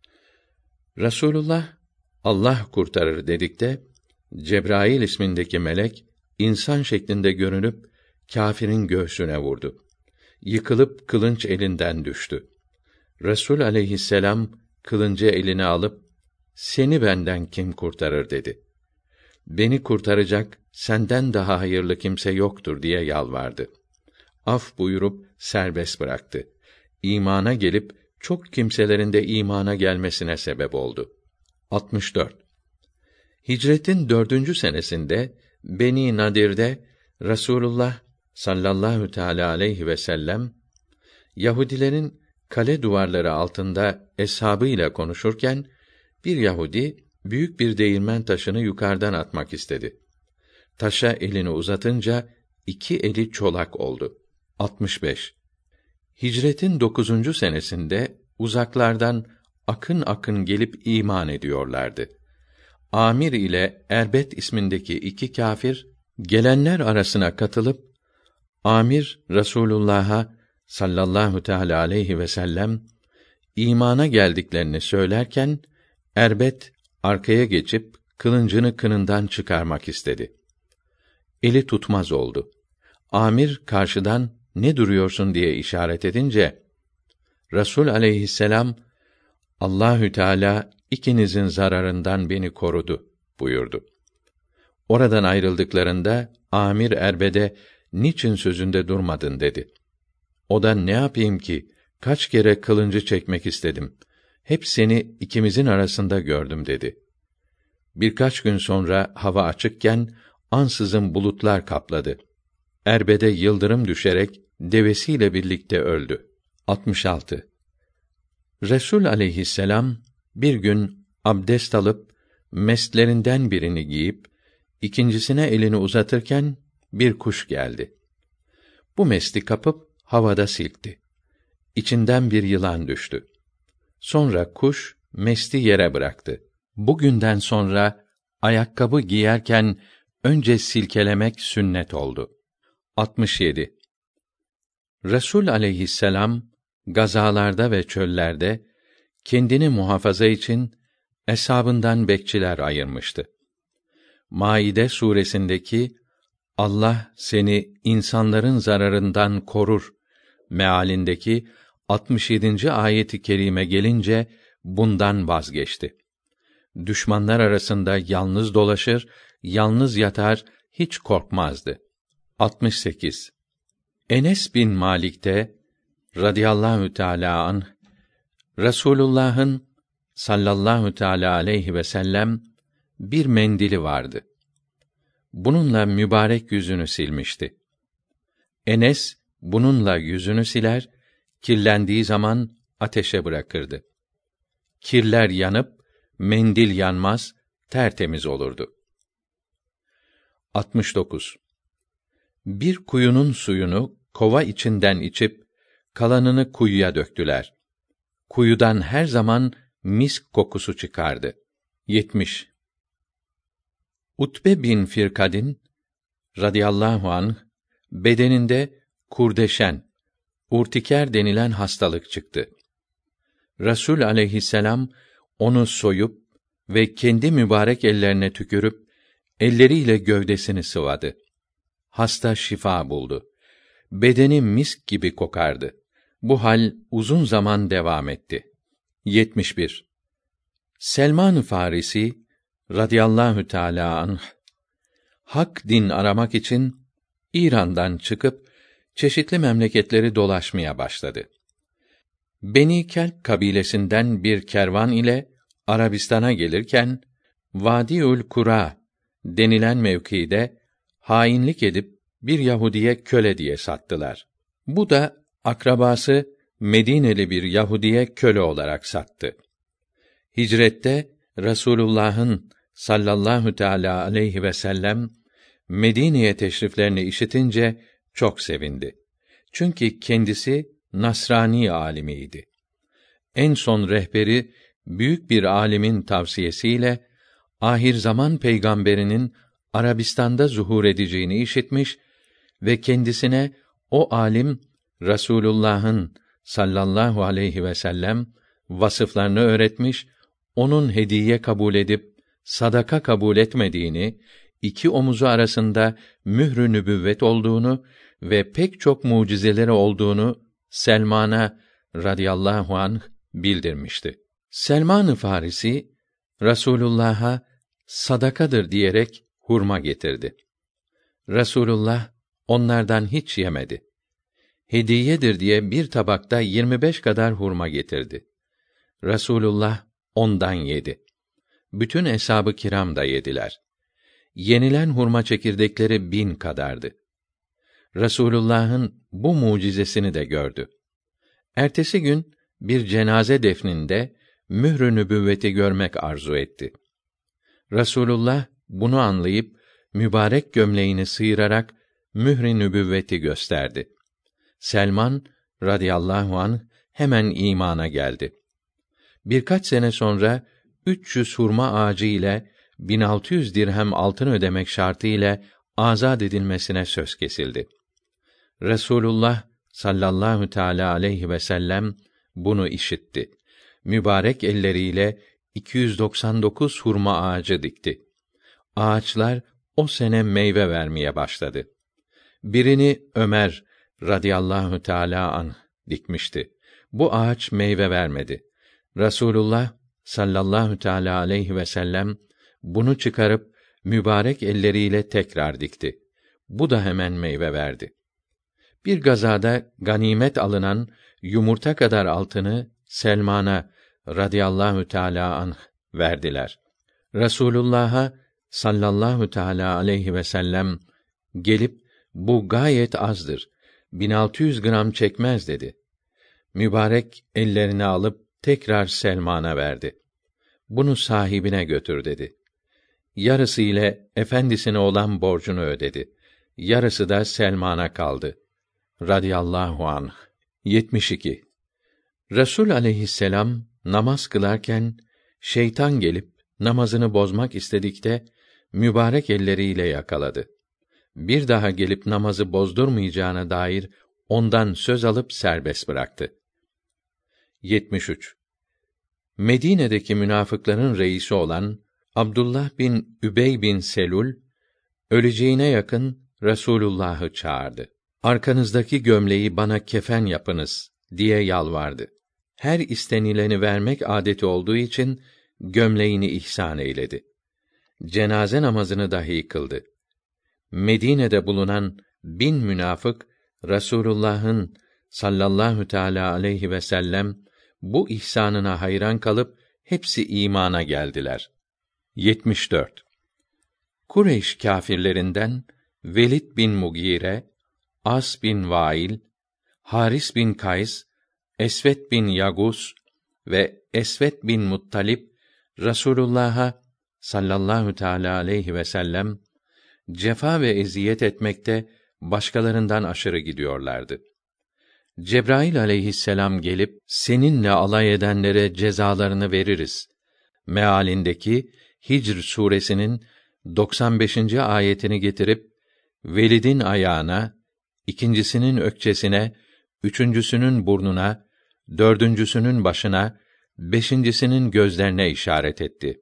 Resulullah Allah kurtarır dedikte Cebrail ismindeki melek insan şeklinde görünüp kâfirin göğsüne vurdu. Yıkılıp kılınç elinden düştü. Resul aleyhisselam kılıncı eline alıp seni benden kim kurtarır dedi. Beni kurtaracak senden daha hayırlı kimse yoktur diye yalvardı. Af buyurup serbest bıraktı. İmana gelip çok kimselerin de imana gelmesine sebep oldu. altmış dört. Hicretin dördüncü senesinde Beni Nadir'de Resulullah sallallahu teâlâ aleyhi ve sellem Yahudilerin kale duvarları altında eshabıyla konuşurken bir Yahudi büyük bir değirmen taşını yukarıdan atmak istedi. Taşa elini uzatınca iki eli çolak oldu. altmış beş. Hicretin dokuzuncu senesinde uzaklardan akın akın gelip iman ediyorlardı. Amir ile Erbet ismindeki iki kâfir gelenler arasına katılıp Amir Resulullah'a sallallahu teâlâ aleyhi ve sellem imana geldiklerini söylerken Erbet arkaya geçip kılıncını kınından çıkarmak istedi. eli tutmaz oldu. Amir karşıdan ne duruyorsun diye işaret edince Resul aleyhisselam Allahü Teala ikinizin zararından beni korudu buyurdu. Oradan ayrıldıklarında Amir erbede niçin sözünde durmadın dedi. O da ne yapayım ki kaç kere kılıncı çekmek istedim. Hep seni ikimizin arasında gördüm dedi. Birkaç gün sonra hava açıkken ansızın bulutlar kapladı. Erbede yıldırım düşerek devesiyle birlikte öldü. altmış altı. Resul aleyhisselam bir gün abdest alıp mestlerinden birini giyip ikincisine elini uzatırken bir kuş geldi. Bu mesli kapıp havada silkti. İçinden bir yılan düştü. Sonra kuş mesli yere bıraktı. Bugünden sonra ayakkabı giyerken önce silkelemek sünnet oldu. altmış yedi. Resul aleyhisselam gazalarda ve çöllerde kendini muhafaza için eshabından bekçiler ayırmıştı. Maide suresindeki Allah seni insanların zararından korur mealindeki altmış yedinci ayet-i kerime gelince bundan vazgeçti. Düşmanlar arasında yalnız dolaşır, yalnız yatar, hiç korkmazdı. altmış sekiz. Enes bin Malik'te radıyallahu teâlâ anh, Resulullah'ın sallallahu teâlâ aleyhi ve sellem bir mendili vardı. Bununla mübarek yüzünü silmişti. Enes bununla yüzünü siler, kirlendiği zaman ateşe bırakırdı. Kirler yanıp mendil yanmaz, tertemiz olurdu. altmış dokuz. Bir kuyunun suyunu kova içinden içip kalanını kuyuya döktüler. Kuyudan her zaman misk kokusu çıkardı. yetmiş. Utbe bin Firkad'in radıyallahu anh bedeninde kurdeşen, urtiker denilen hastalık çıktı. Resul aleyhisselam onu soyup ve kendi mübarek ellerine tükürüp elleriyle gövdesini sıvadı. Hasta şifa buldu. Bedeni misk gibi kokardı. Bu hal uzun zaman devam etti. yetmiş bir. Selman-ı Farisi radıyallahu teâlâ anh hak din aramak için İran'dan çıkıp çeşitli memleketleri dolaşmaya başladı. Beni Kelp kabilesinden bir kervan ile Arabistan'a gelirken Vadiül Kura denilen mevkiide hainlik edip bir Yahudiye köle diye sattılar. Bu da akrabası Medineli bir Yahudiye köle olarak sattı. Hicrette Resulullah'ın sallallahu teâlâ aleyhi ve sellem Medine'ye teşriflerini işitince çok sevindi. Çünkü kendisi Nasrani alimiydi. En son rehberi büyük bir alimin tavsiyesiyle ahir zaman peygamberinin Arabistan'da zuhur edeceğini işitmiş ve kendisine o alim Resulullah'ın sallallahu aleyhi ve sellem vasıflarını öğretmiş, onun hediye kabul edip sadaka kabul etmediğini, iki omuzu arasında mühr-ü nübüvvet olduğunu ve pek çok mucizeleri olduğunu Selman'a radıyallahu anh bildirmişti. Selman-ı Farisi Resulullah'a sadakadır diyerek hurma getirdi. Resulullah onlardan hiç yemedi. Hediyedir diye bir tabakta yirmi beş kadar hurma getirdi. Resulullah ondan yedi. Bütün eshab-ı kiram da yediler. Yenilen hurma çekirdekleri bin kadardı. Resulullah'ın bu mucizesini de gördü. Ertesi gün bir cenaze defninde mühr-ü nübüvveti görmek arzu etti. Resulullah bunu anlayıp mübarek gömleğini sıyırarak mühr-i nübüvveti gösterdi. Selman radıyallahu anh hemen imana geldi. Birkaç sene sonra üç yüz hurma ağacı ile bin altı yüz dirhem altın ödemek şartı ile azad edilmesine söz kesildi. Resulullah sallallahu teâlâ aleyhi ve sellem bunu işitti. Mübarek elleriyle iki yüz doksan dokuz hurma ağacı dikti. Ağaçlar o sene meyve vermeye başladı. Birini Ömer radıyallahu teâlâ anh dikmişti. Bu ağaç meyve vermedi. Rasulullah sallallahu teâlâ aleyhi ve sellem bunu çıkarıp mübarek elleriyle tekrar dikti. Bu da hemen meyve verdi. Bir gazada ganimet alınan yumurta kadar altını Selman'a radıyallahu teâlâ anh verdiler. Resulullah'a sallallahu teâlâ aleyhi ve sellem gelip bu gayet azdır. bin altı yüz gram çekmez dedi. Mübarek ellerini alıp tekrar Selman'a verdi. Bunu sahibine götür dedi. Yarısı ile efendisine olan borcunu ödedi. Yarısı da Selman'a kaldı. Radıyallahu anh. yetmiş iki. Resul aleyhisselam namaz kılarken şeytan gelip namazını bozmak istedikte mübarek elleriyle yakaladı. Bir daha gelip namazı bozdurmayacağına dair ondan söz alıp serbest bıraktı. yetmiş üç. Medine'deki münafıkların reisi olan Abdullah bin Übey bin Selul öleceğine yakın Resulullah'ı çağırdı. Arkanızdaki gömleği bana kefen yapınız diye yalvardı. Her istenileni vermek adeti olduğu için gömleğini ihsan eyledi. Cenaze namazını dahi kıldı. Medine'de bulunan bin münafık Resulullah'ın sallallahu teâlâ aleyhi ve sellem bu ihsanına hayran kalıp hepsi imana geldiler. yetmiş dört. Kureyş kâfirlerinden Velid bin Mugire, As bin Vail, Haris bin Kays, Esved bin Yagus ve Esved bin Muttalib Resulullah'a sallallahu teâlâ aleyhi ve sellem cefa ve eziyet etmekte başkalarından aşırı gidiyorlardı. Cebrail aleyhisselam gelip seninle alay edenlere cezalarını veririz mealindeki Hicr suresinin doksan beşinci ayetini getirip Velid'in ayağına, ikincisinin ökçesine, üçüncüsünün burnuna, dördüncüsünün başına, beşincisinin gözlerine işaret etti.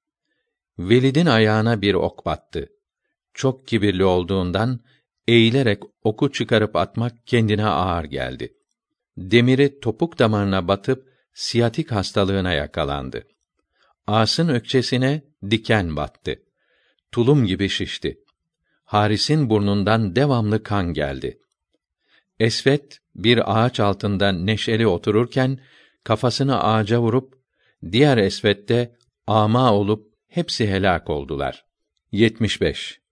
Velid'in ayağına bir ok battı. Çok kibirli olduğundan eğilerek oku çıkarıp atmak kendine ağır geldi. Demiri topuk damarına batıp siyatik hastalığına yakalandı. As'ın ökçesine diken battı. Tulum gibi şişti. Haris'in burnundan devamlı kan geldi. Esved bir ağaç altında neşeli otururken kafasını ağaca vurup diğer Esved de âmâ olup hepsi helak oldular. yetmiş beş.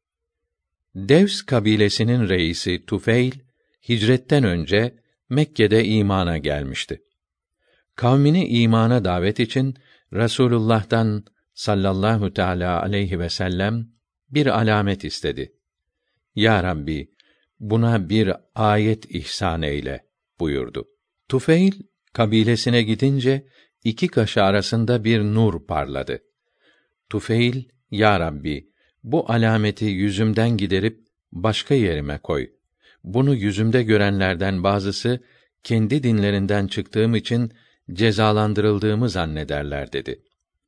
Devs kabilesinin reisi Tufeil hicretten önce Mekke'de imana gelmişti. Kavmini imana davet için Resulullah'tan sallallahu teâlâ aleyhi ve sellem bir alamet istedi. Ya Rabbi, buna bir ayet ihsan eyle buyurdu. Tufeil kabilesine gidince iki kaşı arasında bir nur parladı. Tufeil, Ya Rabbi, bu alameti yüzümden giderip başka yerime koy. Bunu yüzümde görenlerden bazısı kendi dinlerinden çıktığım için cezalandırıldığımı zannederler dedi.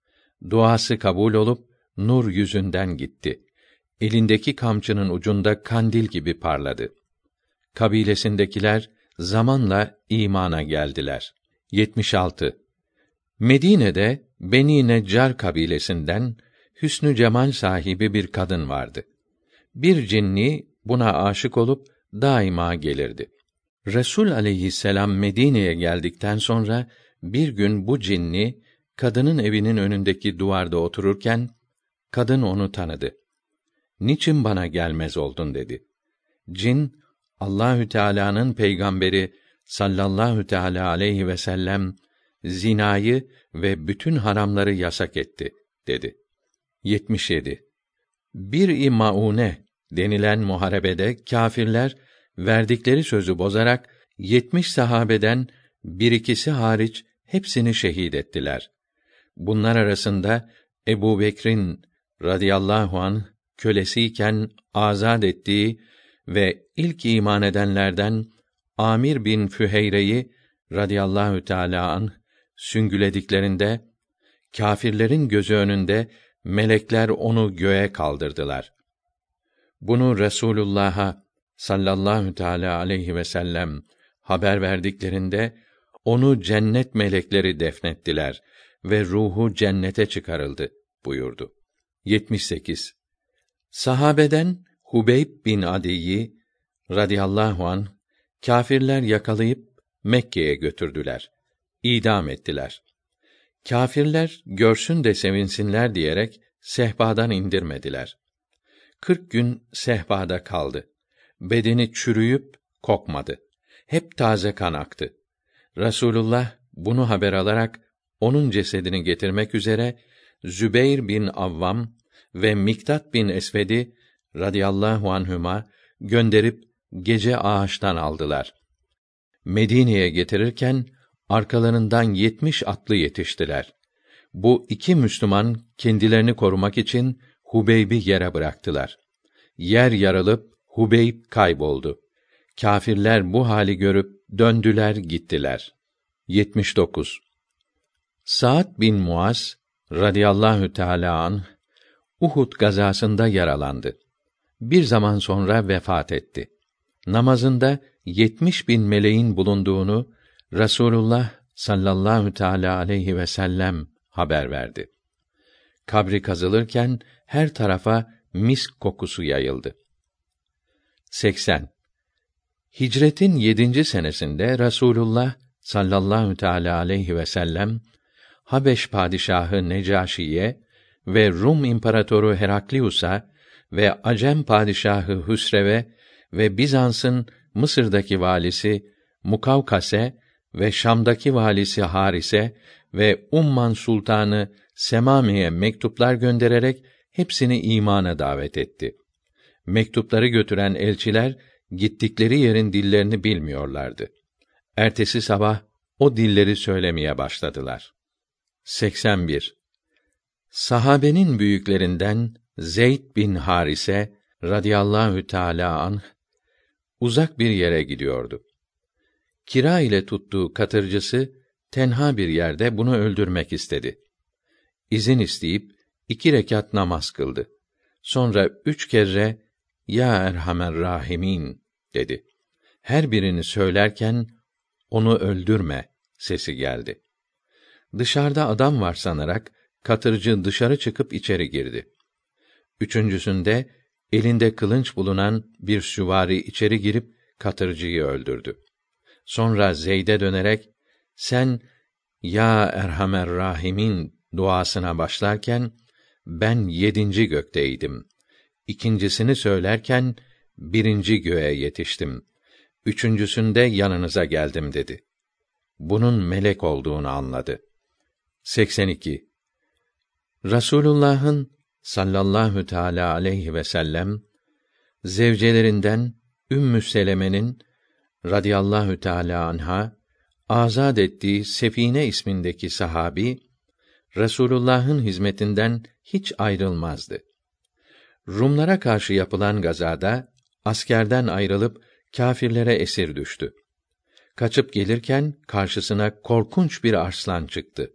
Duası kabul olup nur yüzünden gitti. Elindeki kamçının ucunda kandil gibi parladı. Kabilesindekiler zamanla imana geldiler. yetmiş altı. Medine'de Beni Neccar kabilesinden hüsnü cemal sahibi bir kadın vardı. Bir cinni buna aşık olup daima gelirdi. Resul aleyhisselam Medine'ye geldikten sonra bir gün bu cinni kadının evinin önündeki duvarda otururken kadın onu tanıdı. Niçin bana gelmez oldun dedi. Cin, Allahü Teala'nın peygamberi sallallahu teâlâ aleyhi ve sellem zinayı ve bütün haramları yasak etti dedi. yetmiş yedi. Bir-i Maune denilen muharebede kâfirler verdikleri sözü bozarak yetmiş sahabeden bir ikisi hariç hepsini şehit ettiler. Bunlar arasında Ebu Bekir'in radıyallahu anh kölesiyken azad ettiği ve ilk iman edenlerden Amir bin Füheyre'yi radıyallahu teâlâ anh süngülediklerinde kâfirlerin gözü önünde melekler onu göğe kaldırdılar. Bunu Resulullah'a sallallahu teâlâ aleyhi ve sellem haber verdiklerinde onu cennet melekleri defnettiler ve ruhu cennete çıkarıldı buyurdu. yetmiş sekiz. Sahabeden Hubeyb bin Adi'yi radıyallahu anh kâfirler yakalayıp Mekke'ye götürdüler. İdam ettiler. Kâfirler görsün de sevinsinler diyerek sehpadan indirmediler. Kırk gün sehpada kaldı. Bedeni çürüyüp kokmadı. Hep taze kan aktı. Rasulullah bunu haber alarak onun cesedini getirmek üzere Zübeyr bin Avvam ve Miktat bin Esved'i radıyallahu anhüma gönderip gece ağaçtan aldılar. Medine'ye getirirken arkalarından yetmiş atlı yetiştiler. Bu iki Müslüman kendilerini korumak için Hubeyb'i yere bıraktılar. Yer yarılıp Hubeyb kayboldu. Kâfirler bu hali görüp döndüler gittiler. yetmiş dokuz. Sa'd bin Muaz radıyallahu teâlâ anh Uhud gazasında yaralandı. Bir zaman sonra vefat etti. Namazında yetmiş bin meleğin bulunduğunu Rasulullah sallallahu teâlâ aleyhi ve sellem haber verdi. Kabri kazılırken her tarafa misk kokusu yayıldı. seksen. Hicretin yedinci senesinde Rasulullah sallallahu teâlâ aleyhi ve sellem Habeş padişahı Necaşi'ye ve Rum imparatoru Heraklius'a ve Acem padişahı Hüsrev'e ve Bizans'ın Mısır'daki valisi Mukavkas'e ve Şam'daki valisi Haris'e ve Umman sultanı Semame'ye mektuplar göndererek hepsini imana davet etti. Mektupları götüren elçiler gittikleri yerin dillerini bilmiyorlardı. Ertesi sabah o dilleri söylemeye başladılar. seksen bir. Sahabenin büyüklerinden Zeyd bin Harise radıyallahu teâlâ anh uzak bir yere gidiyordu. Kira ile tuttuğu katırcısı tenha bir yerde bunu öldürmek istedi. İzin isteyip iki rekat namaz kıldı. Sonra üç kere ya Erhamer Rahimin dedi. Her birini söylerken onu öldürme sesi geldi. Dışarıda adam var sanarak katırcı dışarı çıkıp içeri girdi. Üçüncüsünde elinde kılınç bulunan bir süvari içeri girip katırcıyı öldürdü. Sonra Zeyd'e dönerek sen ya Erhamer Rahimin duasına başlarken ben yedinci gökteydim. İkincisini söylerken birinci göğe yetiştim. Üçüncüsünde yanınıza geldim dedi. Bunun melek olduğunu anladı. seksen iki. Rasulullah'ın sallallahu teâlâ aleyhi ve sellem zevcelerinden Ümmü Seleme'nin radıyallahu teâlâ anha azad ettiği Sefine ismindeki sahabi Resulullah'ın hizmetinden hiç ayrılmazdı. Rumlara karşı yapılan gazada askerden ayrılıp kâfirlere esir düştü. Kaçıp gelirken karşısına korkunç bir arslan çıktı.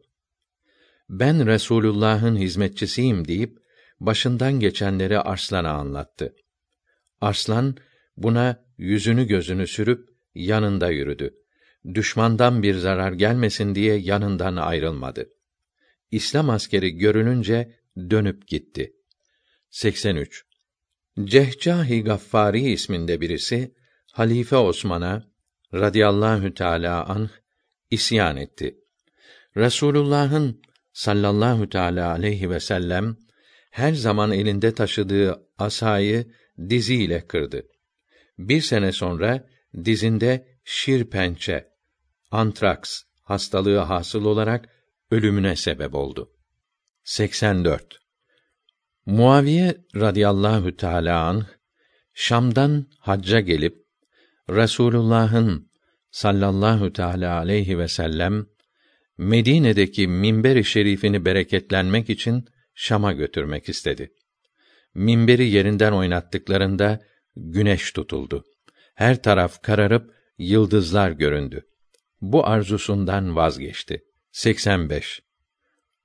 Ben Resulullah'ın hizmetçisiyim deyip başından geçenleri arslana anlattı. Arslan buna yüzünü gözünü sürüp yanında yürüdü. Düşmandan bir zarar gelmesin diye yanından ayrılmadı. İslam askeri görününce dönüp gitti. seksen üç. Cehcâh-i Gaffâri isminde birisi Halife Osman'a radıyallahu teâlâ anh isyan etti. Resulullah'ın sallallahu teâlâ aleyhi ve sellem her zaman elinde taşıdığı asayı diziyle kırdı. Bir sene sonra dizinde şirpençe, antraks hastalığı hasıl olarak ölümüne sebep oldu. seksen dört. Muaviye radıyallahu teâlâ anh Şam'dan hacca gelip Resulullah'ın sallallahu teâlâ aleyhi ve sellem Medine'deki minber-i şerifini bereketlenmek için Şam'a götürmek istedi. Minberi yerinden oynattıklarında güneş tutuldu. Her taraf kararıp yıldızlar göründü. Bu arzusundan vazgeçti. seksen beş.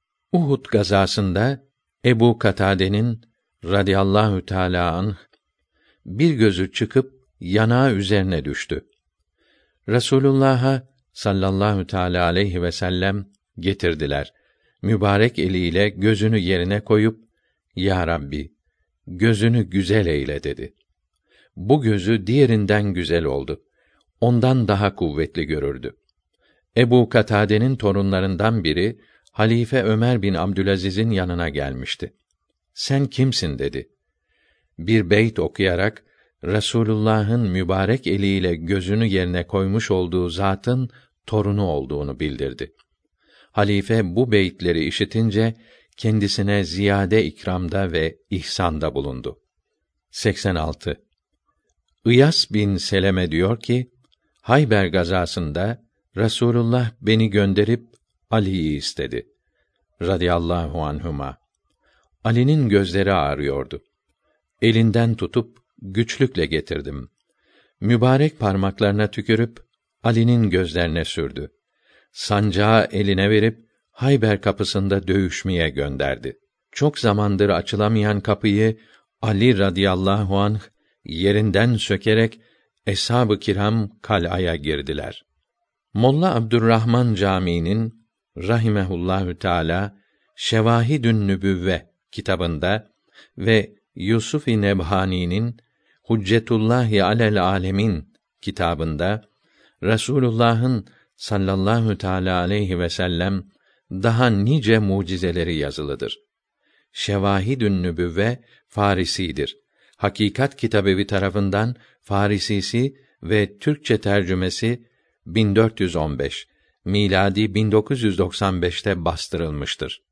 Uhud gazasında Ebu Katade'nin radıyallahu teâlâ anh bir gözü çıkıp yanağı üzerine düştü. Resulullah'a sallallahu teâlâ aleyhi ve sellem getirdiler. Mübarek eliyle gözünü yerine koyup, Ya Rabbi, gözünü güzel eyle dedi. Bu gözü diğerinden güzel oldu. Ondan daha kuvvetli görürdü. Ebu Katade'nin torunlarından biri, Halife Ömer bin Abdülaziz'in yanına gelmişti. Sen kimsin dedi. Bir beyt okuyarak, Resulullah'ın mübarek eliyle gözünü yerine koymuş olduğu zatın torunu olduğunu bildirdi. Halife bu beytleri işitince kendisine ziyade ikramda ve ihsanda bulundu. seksen altı. İyas bin Seleme diyor ki, Hayber gazasında Resulullah beni gönderip Ali'yi istedi. Radıyallahu anhuma. Ali'nin gözleri ağrıyordu. Elinden tutup güçlükle getirdim. Mübarek parmaklarına tükürüp Ali'nin gözlerine sürdü. Sancağı eline verip Hayber kapısında dövüşmeye gönderdi. Çok zamandır açılamayan kapıyı Ali radıyallahu anh yerinden sökerek eshab-ı kiram kalaya girdiler. Molla Abdurrahman Camii'nin rahimehullahü teâlâ Şevâhidün Nübüvve kitabında ve Yusuf-i Nebhani'nin Huccetullahi alel âlemin kitabında Resulullah'ın sallallahu teâlâ aleyhi ve sellem daha nice mucizeleri yazılıdır. Şevâhidün Nübüvve Farisidir. Hakikat Kitabevi tarafından Farisisi ve Türkçe tercümesi bin dört yüz on beş, miladi bin dokuz yüz doksan beşte bastırılmıştır.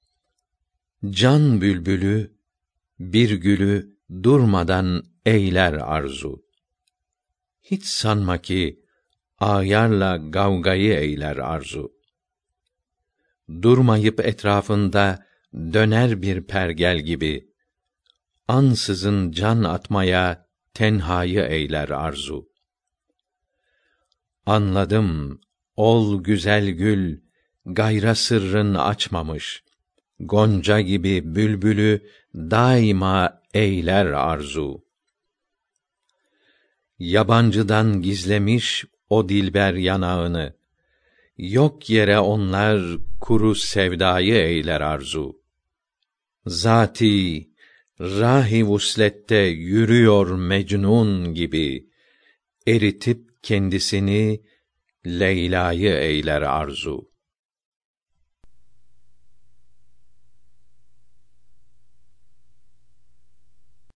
Can bülbülü bir gülü durmadan eyler arzu. Hiç sanma ki ayarla gavgayı eyler arzu. Durmayıp etrafında döner bir pergel gibi, ansızın can atmaya tenhayı eyler arzu. Anladım, ol güzel gül, gayra sırrın açmamış, gonca gibi bülbülü daima eyler arzu. Yabancıdan gizlemiş o dilber yanağını, yok yere onlar kuru sevdayı eyler arzu. Zati râh-i vuslette yürüyor Mecnun gibi, eritip kendisini Leyla'yı eyler arzu.